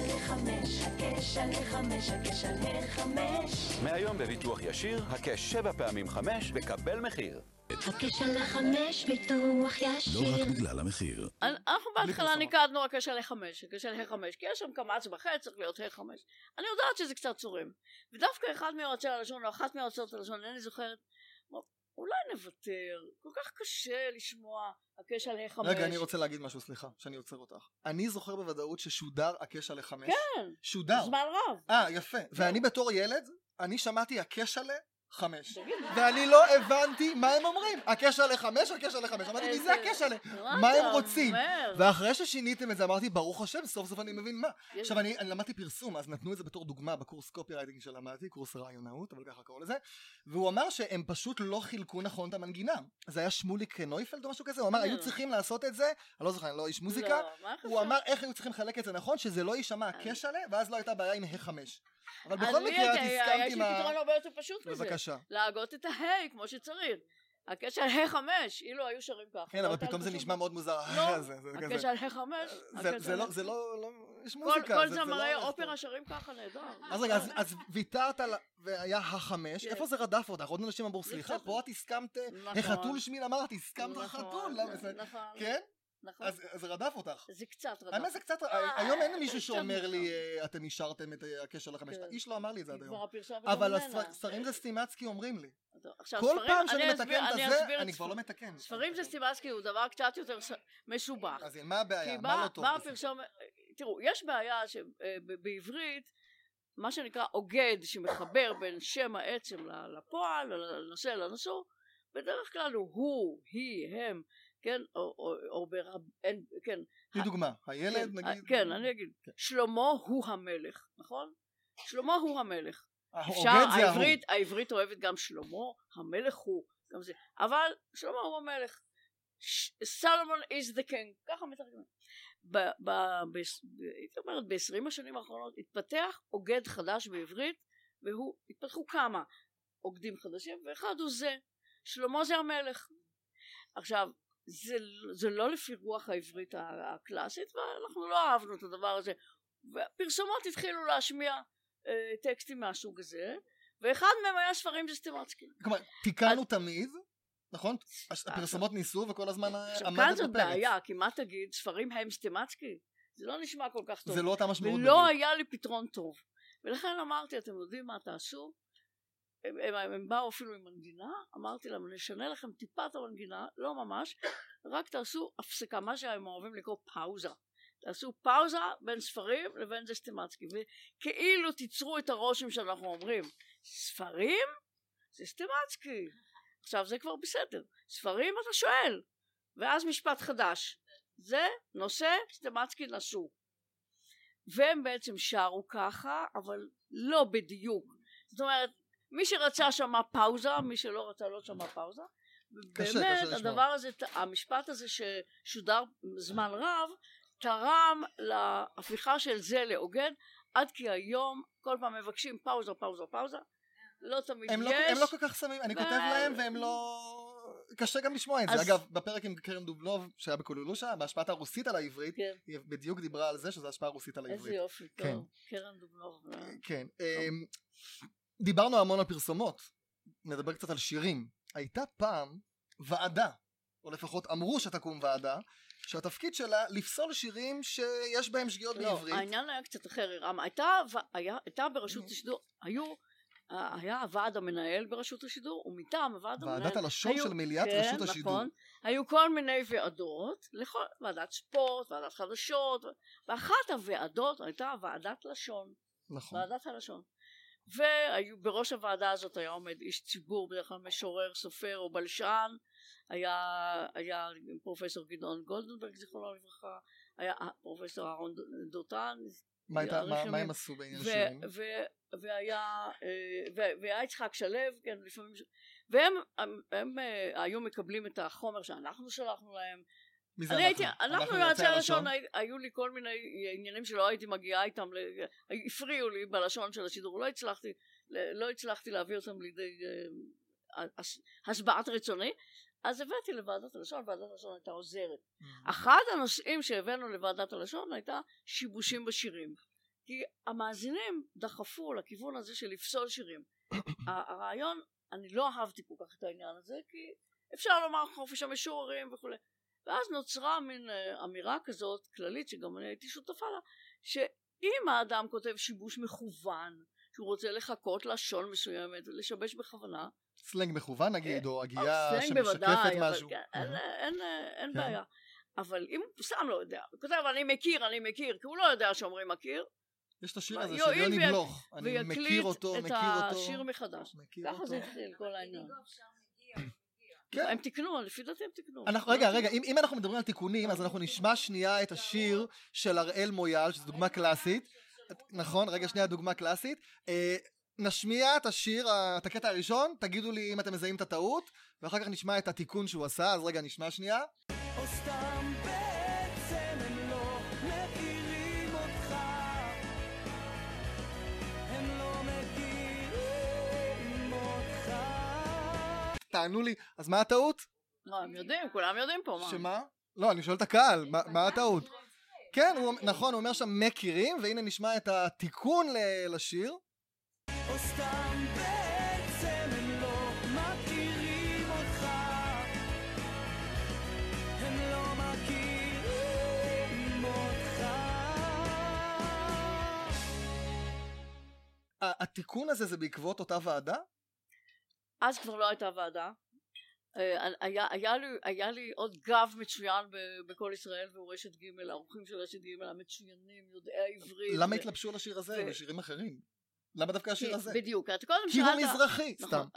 ל5. מהיום בביטוח ישיר, הקש 7 פעמים 5 וקבל מחיר. הקשר ל5 ביטוח ישיר. לא רק בגלל המחיר. אנחנו בהתחלה ניקדנו הקשר ל5, כי יש שם קמץ בחץ, צריך להיות ה5. אני יודעת שזה קצת צורם. ודווקא אחד מיועצי הלשון, או אחת מיועצות הלשון, אני זוכרת, אולי נוותר, כל כך קשה לשמוע הקשר ל5. רגע, אני רוצה להגיד משהו, סליחה, שאני עוצר אותך. אני זוכר בוודאות ששודר הקשר ל5. כן, שודר. זמן רב. יפה. ואני בתור ילד, אני שמעתי הקשר ל5. ואני לא הבנתי מה הם אומרים. הקשר ל5 או הקשר ל5? אמרתי, מי זה הקשר ל5? מה הם רוצים? ואחרי ששיניתם את זה, אמרתי, ברוך השם, סוף סוף אני מבין מה. עכשיו, אני למדתי פרסום, אז נתנו את זה בתור דוגמה בקורס קופי רייטינג שלמדתי, קורס רעיונאות, אבל ככה קראו לזה, והוא אמר שהם פשוט לא חילקו נכון את המנגינה. זה היה שמוליק נויפלד או משהו כזה, הוא אמר, היו צריכים לעשות את זה, אני לא זוכר, אני לא איש מוזיקה, הוא אמר איך היו צריכים לחלק את זה נכון, שזה לא יישמע הקשר ל, ואז לא הייתה בעיה עם ה5. אבל בכל מקרה את הסכמת עם יש לי פתרון הרבה יותר פשוט מזה. בבקשה. להגות את ההי כמו שצריך. הקשר ה5, אילו היו שרים ככה. כן, אבל פתאום זה נשמע מאוד מוזר. לא, הקשר ה5. זה לא, יש מוזיקה. כל זמרי אופרה שרים ככה נהדר. אז רגע, אז ויתרת על, והיה ה5, איפה זה רדף אותך? עוד אנשים אמרו, סליחה, פה את הסכמת, החתול שמיל אמרת, הסכמת לחתול. נכון. כן? נכון. אז זה רדף אותך. זה קצת רדף. האמת זה קצת, היום אין מישהו שאומר לי, אתם אישרתם את הקשר לחמש, איש לא אמר לי את זה עד היום. אבל הספרים זה סטימצקי אומרים לי. כל פעם שאני מתקן את זה, אני כבר לא מתקן. ספרים זה סטימצקי הוא דבר קצת יותר משובח. אז מה הבעיה? מה לא טוב? תראו, יש בעיה שבעברית, מה שנקרא אוגד שמחבר בין שם העצם לפועל, לנושא לנשוא, בדרך כלל הוא, היא, הם, כן, או כן. תני דוגמה, הילד נגיד. כן, אני אגיד, שלמה הוא המלך, נכון? שלמה הוא המלך. העברית אוהבת גם שלמה, המלך הוא, גם זה, אבל שלמה הוא המלך. סלומון is the king, ככה מתרגמים. הייתי אומרת, ב-20 השנים האחרונות התפתח אוגד חדש בעברית, התפתחו כמה אוגדים חדשים, ואחד הוא זה. שלמה זה המלך. עכשיו, זה לא לפי רוח העברית הקלאסית, ואנחנו לא אהבנו את הדבר הזה. והפרסומות התחילו להשמיע טקסטים מהסוג הזה, ואחד מהם היה ספרים סטימצקי. כלומר, תיקנו תמיד, נכון? הפרסומות ניסו וכל הזמן עמדת בפרץ. כאן זאת בעיה, כי מה תגיד, ספרים הם סטימצקי? זה לא נשמע כל כך טוב. זה לא אותה משמעות. ולא היה לי פתרון טוב. ולכן אמרתי, אתם יודעים מה תעשו? הם באו אפילו עם מנגינה, אמרתי להם, נשנה לכם טיפה את המנגינה, לא ממש, רק תעשו הפסקה, מה שהם אוהבים לקרוא פאוזה. תעשו פאוזה בין ספרים לבין זה סטימצקי, וכאילו תיצרו את הרושם שאנחנו אומרים, ספרים זה סטימצקי. עכשיו זה כבר בסדר, ספרים אתה שואל, ואז משפט חדש, זה נושא סטימצקי נשוא. והם בעצם שרו ככה, אבל לא בדיוק. זאת אומרת, מי שרצה שמה פאוזה, מי שלא רצה לא שמה פאוזה. באמת הדבר הזה, המשפט הזה ששודר זמן רב, תרם להפיכה של זה לאוגד, עד כי היום כל פעם מבקשים פאוזה, פאוזה, פאוזה. לא תמיד יש. הם לא כל כך שמים, אני כותב להם והם לא... קשה גם לשמוע את זה. אגב, בפרק עם קרן דובלוב, שהיה בקולולושה, בהשפעת הרוסית על העברית, היא בדיוק דיברה על זה, שזו השפעה רוסית על העברית. איזה יופי, טוב. קרן דובלוב. כן. דיברנו המון על פרסומות, נדבר קצת על שירים. הייתה פעם ועדה, או לפחות אמרו שתקום ועדה, שהתפקיד שלה לפסול שירים שיש בהם שגיאות בעברית. לא, העניין היה קצת אחר. הייתה ברשות השידור, היה הוועד המנהל ברשות השידור, ומטעם הוועד המנהל... ועדת הלשון של מליאת רשות השידור. נכון, היו כל מיני ועדות, ועדת ספורט, ועדת חדשות, ואחת הוועדות הייתה ועדת לשון. נכון. ועדת הלשון. ובראש הוועדה הזאת היה עומד איש ציבור, בדרך כלל משורר, סופר או בלשן, היה פרופסור גדעון גולדנברג, זיכרונו לברכה, היה פרופסור אהרון דותן. מה הם עשו בעניין שירים? והיה יצחק שלו, כן, לפעמים, והם היו מקבלים את החומר שאנחנו שלחנו להם. מי זה אנחנו? אנחנו יועצי הלשון, היו לי כל מיני עניינים שלא הייתי מגיעה איתם, הפריעו לי בלשון של השידור, לא הצלחתי להביא אותם לידי השבעת רצוני, אז הבאתי לוועדת הלשון, ועדת הלשון הייתה עוזרת. אחד הנושאים שהבאנו לוועדת הלשון הייתה שיבושים בשירים, כי המאזינים דחפו לכיוון הזה של לפסול שירים. הרעיון, אני לא אהבתי כל כך את העניין הזה, כי אפשר לומר חופש המשוררים וכו'. ואז נוצרה מין אמירה כזאת כללית, שגם אני הייתי שותפה לה, שאם האדם כותב שיבוש מכוון, שהוא רוצה לחכות לשון מסוימת ולשבש בכוונה, סלנג מכוון נגיד, או הגייה שמשקפת משהו. אין בעיה. אבל אם הוא סתם לא יודע, הוא כותב אני מכיר, כי הוא לא יודע שאומרים מכיר. יש את השיר הזה של יוני בלוך, אני מכיר אותו. ויקליט את השיר מחדש. ככה זה התחיל כל העניין. הם תקנו, לפי דעתי הם תקנו. רגע, אם אנחנו מדברים על תיקונים, אז אנחנו נשמע שנייה את השיר של הראל מויאל, שזו דוגמה קלאסית. נכון, רגע שנייה דוגמה קלאסית. נשמיע את השיר, את הקטע הראשון, תגידו לי אם אתם מזהים את הטעות, ואחר כך נשמע את התיקון שהוא עשה, אז רגע נשמע שנייה. או סתם בעצם הם לא מכירים אותך, הם לא מכירים אותך. תענו לי, אז מה הטעות? לא, הם יודעים, כולם יודעים פה. שמה? לא, אני שואל את הקהל, מה הטעות? כן, נכון, הוא אומר שם מכירים, והנה נשמע את התיקון לשיר. או סתם בעצם הם לא מכירים אותך, הם לא מכירים התיקון הזה זה בעקבות אותה ועדה? אז כבר לא הייתה ועדה. היה לי עוד גב מצוין בכל ישראל ורשת ג', העורכים של רשת ג' המצוינים, יודעי העברית. למה התלבשו על השיר הזה ושירים אחרים? למה דווקא השיר הזה? בדיוק, אתה קודם שאלת... כי הוא מזרחי, סתם.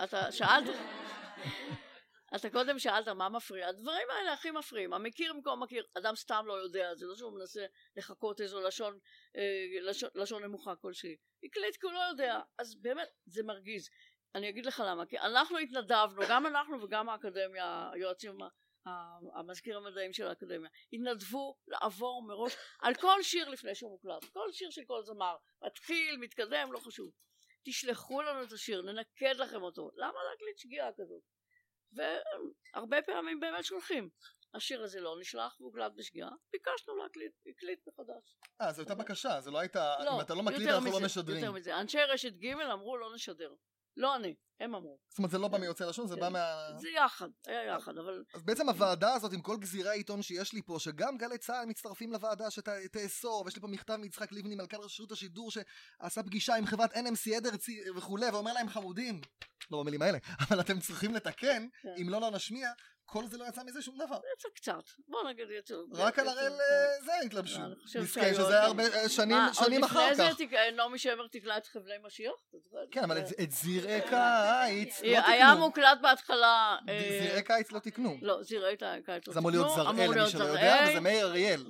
אתה קודם שאלת מה מפריע, הדברים האלה הכי מפריעים, המכיר במקום מכיר, אדם סתם לא יודע, זה לא שהוא מנסה לחכות איזו לשון נמוכה כלשהי, הקליט כי הוא לא יודע, אז באמת זה מרגיז. אני אגיד לך למה, כי אנחנו התנדבנו, גם אנחנו וגם האקדמיה, היועצים, המזכיר המדעים של האקדמיה, התנדבו לעבור מראש על כל שיר לפני שהוא מוקלט, כל שיר של כל זמר, מתחיל, מתקדם, לא חשוב. תשלחו לנו את השיר, ננקד לכם אותו. למה להקליט שגיאה כזאת? והרבה פעמים באמת שולחים. השיר הזה לא נשלח והוקלט בשגיאה, ביקשנו להקליט, הקליט מחדש. זו הייתה בקשה, זה לא הייתה, אם אתה לא מקליט אנחנו לא משדרים. יותר מזה, אנשי רשת ג' אמרו לא נשדר. לא אני, הם אמרו. זאת אומרת זה לא בא מיוצא לשון, זה בא מה... זה יחד, היה יחד, אבל... אז בעצם הוועדה הזאת עם כל גזירי העיתון שיש לי פה, שגם גלי צה"ל מצטרפים לוועדה שתאסור, ויש לי פה מכתב מיצחק לבני, מנכ"ל רשות השידור, שעשה פגישה עם חברת NMC אדרצי וכו', ואומר להם חמודים, לא במילים האלה, אבל אתם צריכים לתקן, אם לא נשמיע, כל זה לא יצא מזה שום דבר. יצא קצת, בוא נגיד יצא. רק על הראל זה התלבשו. מסכן שזה היה הרבה שנים אחר כך. עוד לפני זה נעמי שמר תקלה את חבלי משיח? כן, אבל את זרעי קיץ לא תקנו. היה מוקלט בהתחלה. זרעי קיץ לא תקנו. לא, זרעי קיץ לא תקנו. זה אמור להיות זרעי למי שלא יודע, וזה מאיר אריאל.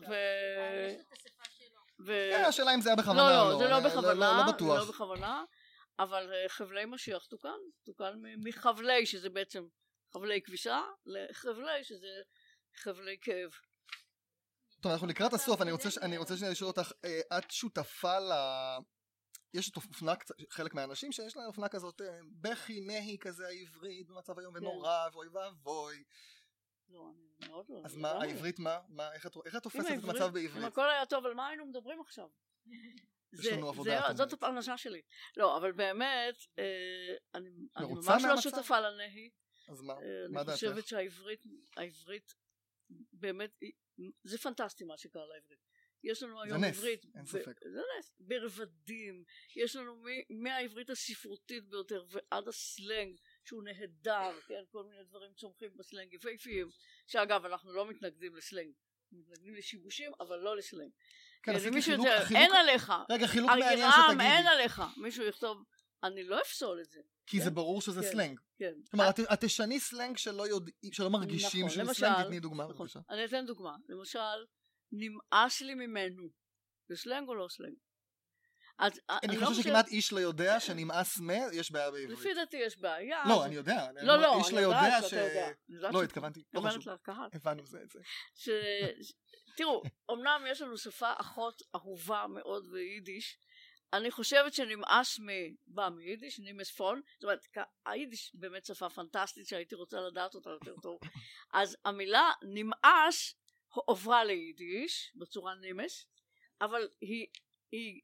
השאלה אם זה היה בכוונה או לא. לא, זה לא בכוונה. לא בטוח. זה לא בכוונה, אבל חבלי משיח תוקן מחבלי, שזה בעצם חבלי כביסה, לחבלי שזה חבלי כאב. טוב, אנחנו לקראת הסוף, אני רוצה לשאול אותך, את שותפה יש את אופנה, חלק מהאנשים שיש להם אופנה כזאת, בכי, נהי כזה העברית במצב היום ונורא, ואוי ואבוי. לא, אני מאוד לא. אז מה, העברית מה? איך את תופסת את המצב בעברית? אם הכל היה טוב, על מה היינו מדברים עכשיו? יש לנו עבודה. זאת הפרנסה שלי. לא, אבל באמת, אני ממש לא שותפה לנהי. אז מה דעתך? אני חושבת שהעברית באמת, זה פנטסטי מה שקרה לעברית. יש לנו היום עברית, אין ספק. זה נס, ברבדים, יש לנו מהעברית הספרותית ביותר ועד הסלנג שהוא נהדר, כן, כל מיני דברים צומחים בסלנג יפהפיים, שאגב אנחנו לא מתנגדים לסלנג, מתנגדים לשיבושים אבל לא לסלנג. כן, אין עליך, רגע, חילוק מעניין שתגידי. אין עליך, מישהו יכתוב, אני לא אפסול את זה. כי זה ברור שזה סלנג. כן. כלומר, את תשני סלנג שלא מרגישים שזה סלנג, תתני דוגמה. אני אתן דוגמה. למשל, נמאס לי ממנו. זה סלנג או לא סלנג? אני חושב שכמעט איש לא יודע שנמאס יש בעיה בעברית. לפי דעתי יש בעיה. לא, אני יודע. לא, איש לא יודע לא, התכוונתי. לא חשוב. הבנו זה את זה. תראו, אמנם יש לנו שפה אחות אהובה מאוד ביידיש, אני חושבת שנמאס בא מיידיש, נימס פון, זאת אומרת, היידיש באמת שפה פנטסטית שהייתי רוצה לדעת אותה יותר טוב, אז המילה נמאס עוברה ליידיש בצורה נימס, אבל היא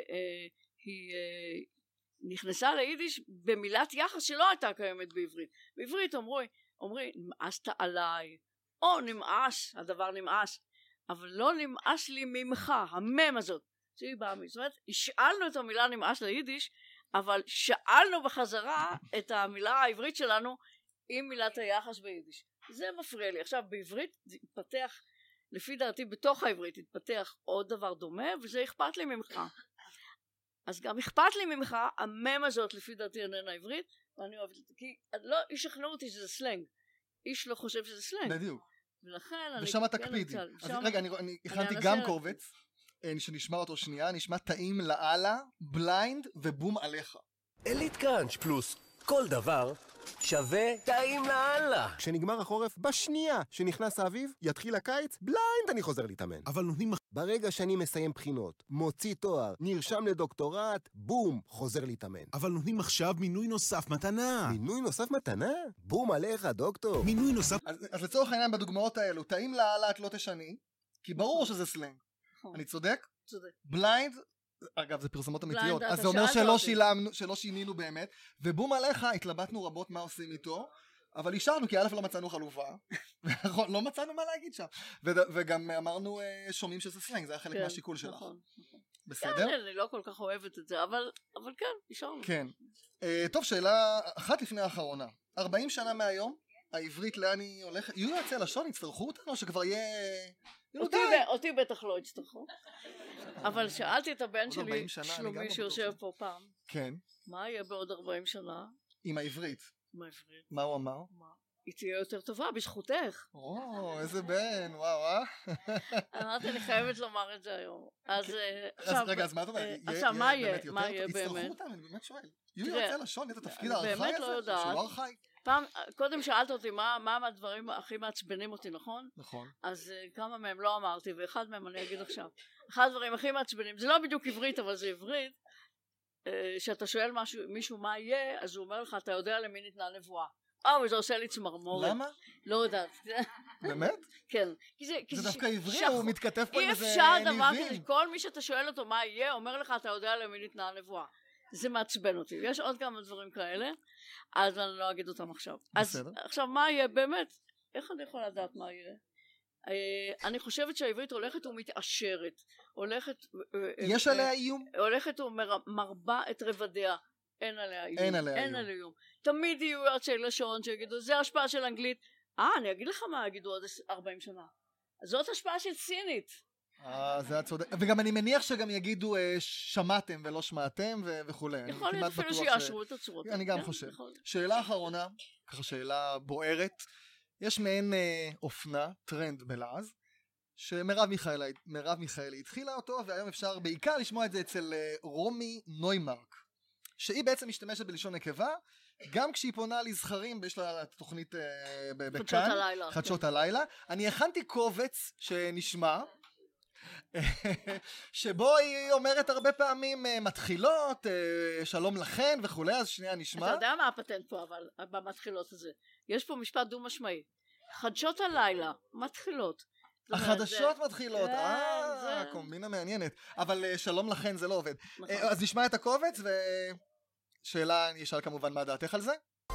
נכנסה ליידיש במילת יחס שלא הייתה קיימת בעברית. בעברית אומרים נמאסת עליי, או נמאס, הדבר נמאס, אבל לא נמאס לי ממך, המם הזאת. שהיא באה זאת אומרת, השאלנו את המילה נמאס ליידיש, אבל שאלנו בחזרה את המילה העברית שלנו עם מילת היחס ביידיש. זה מפריע לי. עכשיו בעברית זה התפתח, לפי דעתי בתוך העברית התפתח עוד דבר דומה, וזה אכפת לי ממך. אז גם אכפת לי ממך, המם הזאת לפי דעתי איננה עברית, ואני אוהבת את זה, כי לא ישכנעו אותי שזה סלנג. איש לא חושב שזה סלנג. בדיוק. ולכן ושם התקפידי. אז רגע, אני הכנתי גם קובץ. שנשמע אותו שנייה, נשמע טעים לאללה, בליינד ובום עליך. אליט קראנץ' פלוס כל דבר שווה טעים לאללה. כשנגמר החורף, בשנייה שנכנס האביב, יתחיל הקיץ, בליינד אני חוזר להתאמן. אבל נותנים... ברגע שאני מסיים בחינות, מוציא תואר, נרשם לדוקטורט, בום, חוזר להתאמן. אבל נותנים עכשיו מינוי נוסף מתנה. מינוי נוסף מתנה? בום עליך, דוקטור. מינוי נוסף... אז לצורך העניין בדוגמאות האלו, טעים לאללה את לא תשני, כי ברור שזה סלנג. אני צודק? צודק. בליינד, אגב זה פרסומות אמיתיות, אז זה אומר שלא שינינו באמת, ובום עליך התלבטנו רבות מה עושים איתו, אבל אישרנו כי א' לא מצאנו חלופה, לא מצאנו מה להגיד שם, וגם אמרנו שומעים שזה סלנג, זה היה חלק מהשיקול שלך. בסדר? אני לא כל כך אוהבת את זה, אבל כן, נשארנו. כן. טוב, שאלה אחת לפני האחרונה. 40 שנה מהיום, העברית לאן היא הולכת? יהיו יועצי לשון, יצטרכו אותנו, שכבר יהיה... אותי בטח לא יצטרכו. אבל שאלתי את הבן שלי, שלומי, שיושב פה פעם. כן. מה יהיה בעוד 40 שנה? עם העברית. עם העברית. מה הוא אמר? היא תהיה יותר טובה, בזכותך. איזה בן, וואו. אמרתי, אני חייבת לומר את זה היום. אז רגע, אז מה אתה אומר? עכשיו, מה יהיה באמת? יצטרכו אותם, אני באמת שואל. יהיו יועצי לשון, את התפקיד הארכאי הזה, שהוא ארכאי. פעם, קודם שאלת אותי מה הדברים הכי מעצבנים אותי, נכון? נכון. אז כמה מהם לא אמרתי, ואחד מהם אני אגיד עכשיו. אחד הדברים הכי מעצבנים, זה לא בדיוק עברית, אבל זה עברית, שאתה שואל מישהו מה יהיה, אז הוא אומר לך, אתה יודע למי ניתנה נבואה. וזה עושה לי צמרמורת. למה? לא יודעת. באמת? כן. זה דווקא עברי, הוא מתכתב פה עם איזה ניבים. אי אפשר דבר כזה, כל מי שאתה שואל אותו מה יהיה, אומר לך, אתה יודע למי ניתנה נבואה. זה מעצבן אותי. יש עוד כמה דברים כאלה, אז אני לא אגיד אותם עכשיו. אז עכשיו, מה יהיה באמת? איך אני יכולה לדעת מה יהיה? אני חושבת שהעברית הולכת ומתעשרת. יש עליה איום? הולכת ומרבה את רבדיה. אין עליה איום. תמיד יהיו יועצי לשון שיגידו, זה השפעה של אנגלית. אני אגיד לך מה יגידו עוד 40 שנה. זאת השפעה של סינית. זה הצודק. וגם אני מניח שגם יגידו שמעתם ולא שמעתם וכולי. יכול להיות אפילו שיאשרו את הצורות. אני גם חושב. שאלה אחרונה, ככה שאלה בוערת. יש מעין אופנה, טרנד בלעז, שמרב מיכאלי התחילה אותו, והיום אפשר בעיקר לשמוע את זה אצל רומי נוימרק, שהיא בעצם משתמשת בלשון נקבה, גם כשהיא פונה לזכרים, יש לה תוכנית בכאן, חדשות הלילה. אני הכנתי קובץ שנשמע, שבו היא אומרת הרבה פעמים מתחילות, שלום לכן וכולי, אז שנייה נשמע. אתה יודע מה הפטנט פה אבל, במתחילות הזה? יש פה משפט דו משמעי. חדשות הלילה, מתחילות. החדשות מתחילות, קומבינה מעניינת. אבל שלום לכן זה לא עובד. אז נשמע את הקובץ, ושאלה אני אשאל כמובן מה דעתך על זה?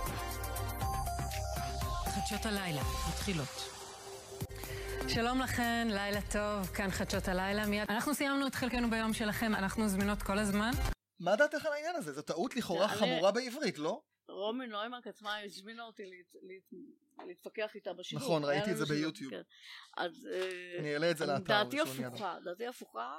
חדשות הלילה, מתחילות. שלום לכן, לילה טוב, כאן חדשות הלילה. מיד אנחנו סיימנו את חלקנו ביום שלכם, אנחנו זמינות כל הזמן. מה דעתך על העניין הזה? זו טעות לכאורה חמורה בעברית, לא? רומי נוימרק עצמה הזמינה אותי להתפקח איתה בשידור. נכון, ראיתי את זה ביוטיוב. אני אעלה את זה לאתר. דעתי הפוכה.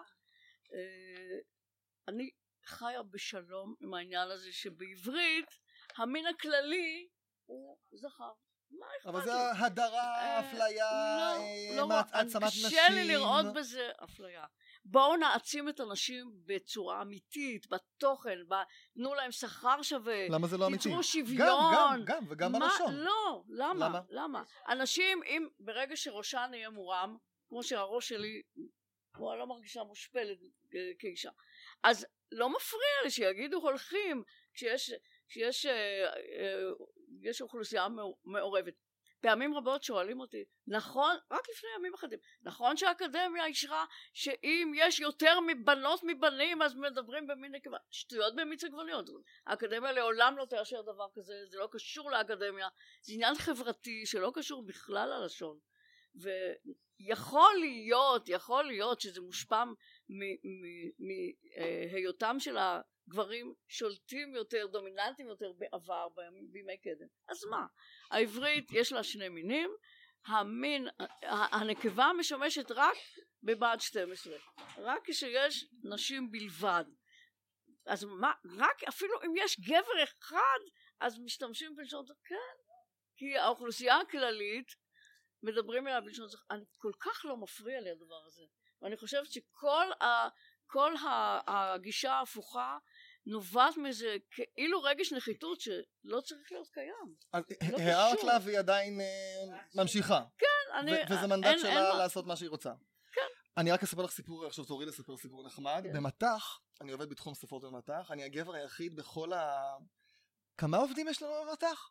אני חיה בשלום עם העניין הזה שבעברית המין הכללי הוא זכר. אבל זה הדרה, אפליה, העצמת נשים. קשה לי לראות בזה אפליה. בואו נעצים את הנשים בצורה אמיתית, בתוכן, תנו להם שכר שווה. למה זה לא אמיתי? תיצרו שוויון. גם, וגם בלשון. לא, למה? אנשים, אם ברגע שראשן יהיה מורם, כמו שהראש שלי, הוא לא מרגישה מושפלת כאישה, אז לא מפריע לי שיגידו הולכים, כשיש אוכלוסייה מעורבת. פעמים רבות שואלים אותי, נכון, רק לפני ימים אחדים, נכון שהאקדמיה אישרה שאם יש יותר מבנות מבנים אז מדברים במין נקבה? שטויות במיץ עגבניות. האקדמיה לעולם לא תאשר דבר כזה, זה לא קשור לאקדמיה, זה עניין חברתי שלא קשור בכלל ללשון. ויכול להיות שזה מושפע מהיותם של הגברים שולטים יותר, דומיננטיים יותר בעבר, בימי קדם. אז מה? העברית יש לה שני מינים, הנקבה משמשת רק בבעד 12, רק כשיש נשים בלבד. אז מה? רק אפילו אם יש גבר אחד, אז משתמשים בלשון זכר, כן, כי האוכלוסייה הכללית מדברים עליו בלשון זכר. אני כל כך לא מפריע לי הדבר הזה, ואני חושבת שכל הגישה ההפוכה נובעת מזה כאילו רגש נחיתות שלא צריך להיות קיים. הערת לה והיא עדיין ממשיכה. כן, וזה מנדט שלה לעשות מה שהיא רוצה. כן. אני רק אספר לך סיפור, עכשיו תורי לספר סיפור נחמד. במתח, אני עובד בתחום ספרות במתח, אני הגבר היחיד בכל כמה עובדים יש לנו במתח?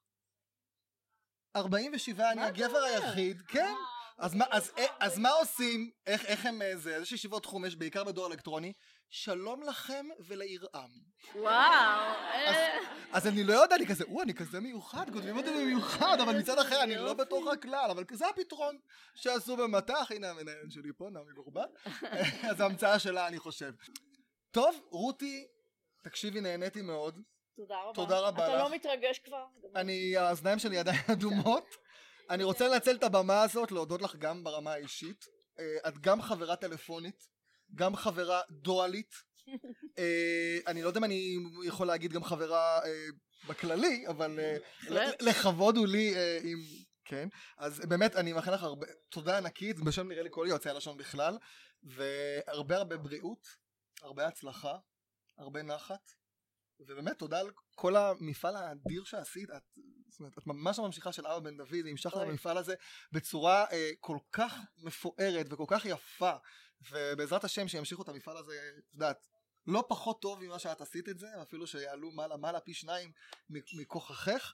47, אני הגבר היחיד, כן. אז מה עושים? איך הם זה? איזה ישיבות תחום יש בעיקר בדואר אלקטרוני? שלום לכם ולירעם. וואו. אז אני לא יודע, אני כזה מיוחד, כותבים אותי במיוחד, אבל מצד אחר אני לא בתוך הכלל, אבל זה הפתרון שעשו במתח. הנה המנהל שלי פה, נעמי גורבן. אז ההמצאה שלה אני חושב. טוב, רותי, תקשיבי, נהניתי מאוד. תודה רבה. תודה רבה לך. אתה לא מתרגש כבר? האזניים שלי עדיין אדומות. אני רוצה לנצל את הבמה הזאת, להודות לך גם ברמה האישית. את גם חברה טלפונית, גם חברה דואלית. אני לא יודע אם אני יכול להגיד גם חברה בכללי, אבל לכבוד הוא לי עם... כן, אז באמת אני מאחל לך הרבה, תודה ענקית, בשם נראה לי כל יועצי הלשון בכלל, והרבה בריאות, הרבה הצלחה, הרבה נחת, ובאמת תודה על כל המפעל האדיר שעשית, את ממש הממשיכה של אבא בן דוד, המשכת למפעל הזה בצורה כל כך מפוארת וכל כך יפה, ובעזרת השם שימשיכו את המפעל הזה, את יודעת, לא פחות טוב ממה שאת עשית את זה, אפילו שיעלו מעלה פי 2 מכוחכך,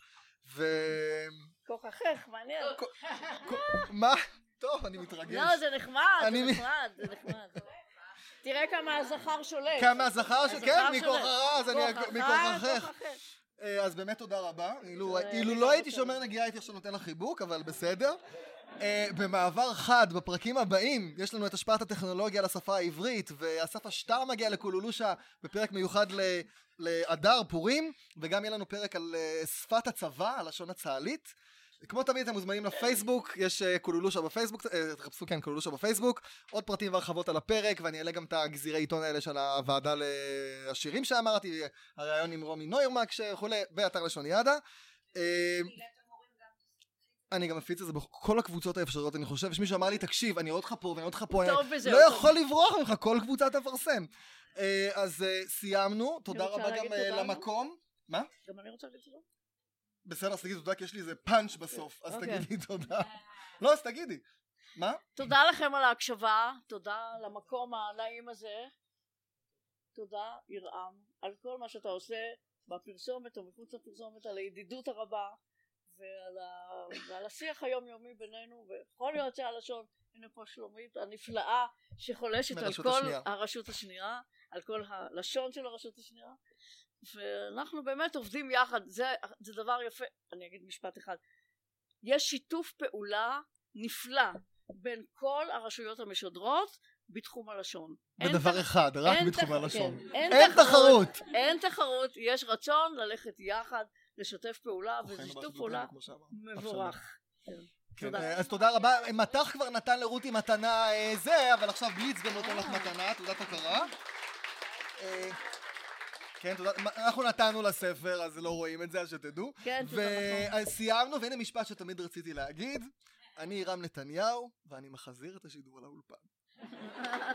כוחכך, מעניין. מה? טוב, אני מתרגש. לא, זה נחמד, זה נחמד. תראה כמה הזכר שולט. כמה הזכר שולט, כן, מכוחרה, אז אני מכוחכך. אז באמת תודה רבה. אילו לא הייתי שומר נגיעה, הייתי עכשיו נותן לך חיבוק, אבל בסדר. במעבר חד, בפרקים הבאים, יש לנו את השפעת הטכנולוגיה על השפה העברית, ואסף השטר מגיע לקולולושה בפרק מיוחד לאדר פורים, וגם יהיה לנו פרק על שפת הצבא, הלשון הצה"לית. כמו תמיד אתם מוזמנים לפייסבוק, יש קולולושה בפייסבוק, תחפשו כן קולולושה בפייסבוק, עוד פרטים והרחבות על הפרק, ואני אעלה גם את הגזירי עיתון האלה של הוועדה לשירים שאמרתי, הרעיון עם רומי נוירמק שחולה, באתר לשוניאדה. אני גם מפיץ את זה בכל הקבוצות האפשריות, אני חושב, יש מישהו אמר לי, תקשיב, אני רואה אותך פה ואני רואה אותך פה, אני לא יכול לברוח ממך, כל קבוצה תפרסם. אז סיימנו, תודה רבה גם למקום. מה? גם אני רוצה להגיד תודה. בסדר, אז תגידי תודה, כי יש לי איזה פאנץ' בסוף, אז תגידי תודה. לא, אז תגידי. מה? תודה לכם על ההקשבה, תודה למקום הנעים הזה, תודה ירעם, על כל מה שאתה עושה בפרסומת או מחוץ לפרסומת, על הידידות הרבה, ועל השיח היומיומי בינינו, וכל יועצי הלשון, הנה פה שלומית הנפלאה שחולשת על כל הרשות השנייה, על כל הלשון של הרשות השנייה, ואנחנו באמת עובדים יחד, זה דבר יפה. אני אגיד משפט אחד, יש שיתוף פעולה נפלא בין כל הרשויות המשודרות בתחום הלשון. בדבר אחד, רק בתחום הלשון. אין תחרות. אין תחרות, יש רצון ללכת יחד, לשתף פעולה, וזה שיתוף פעולה מבורך. אז תודה רבה. מתח כבר נתן לרותי מתנה זה, אבל עכשיו בליץ גם נותן לך מתנה, תעודת הוקרה. כן, תודה. אנחנו נתנו לספר, אז לא רואים את זה, אז שתדעו. כן, תודה. וסיימנו, והנה משפט שתמיד רציתי להגיד. אני רם נתניהו, ואני מחזיר את השידור על האולפן.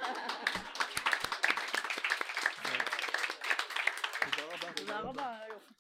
תודה רבה. תודה רבה.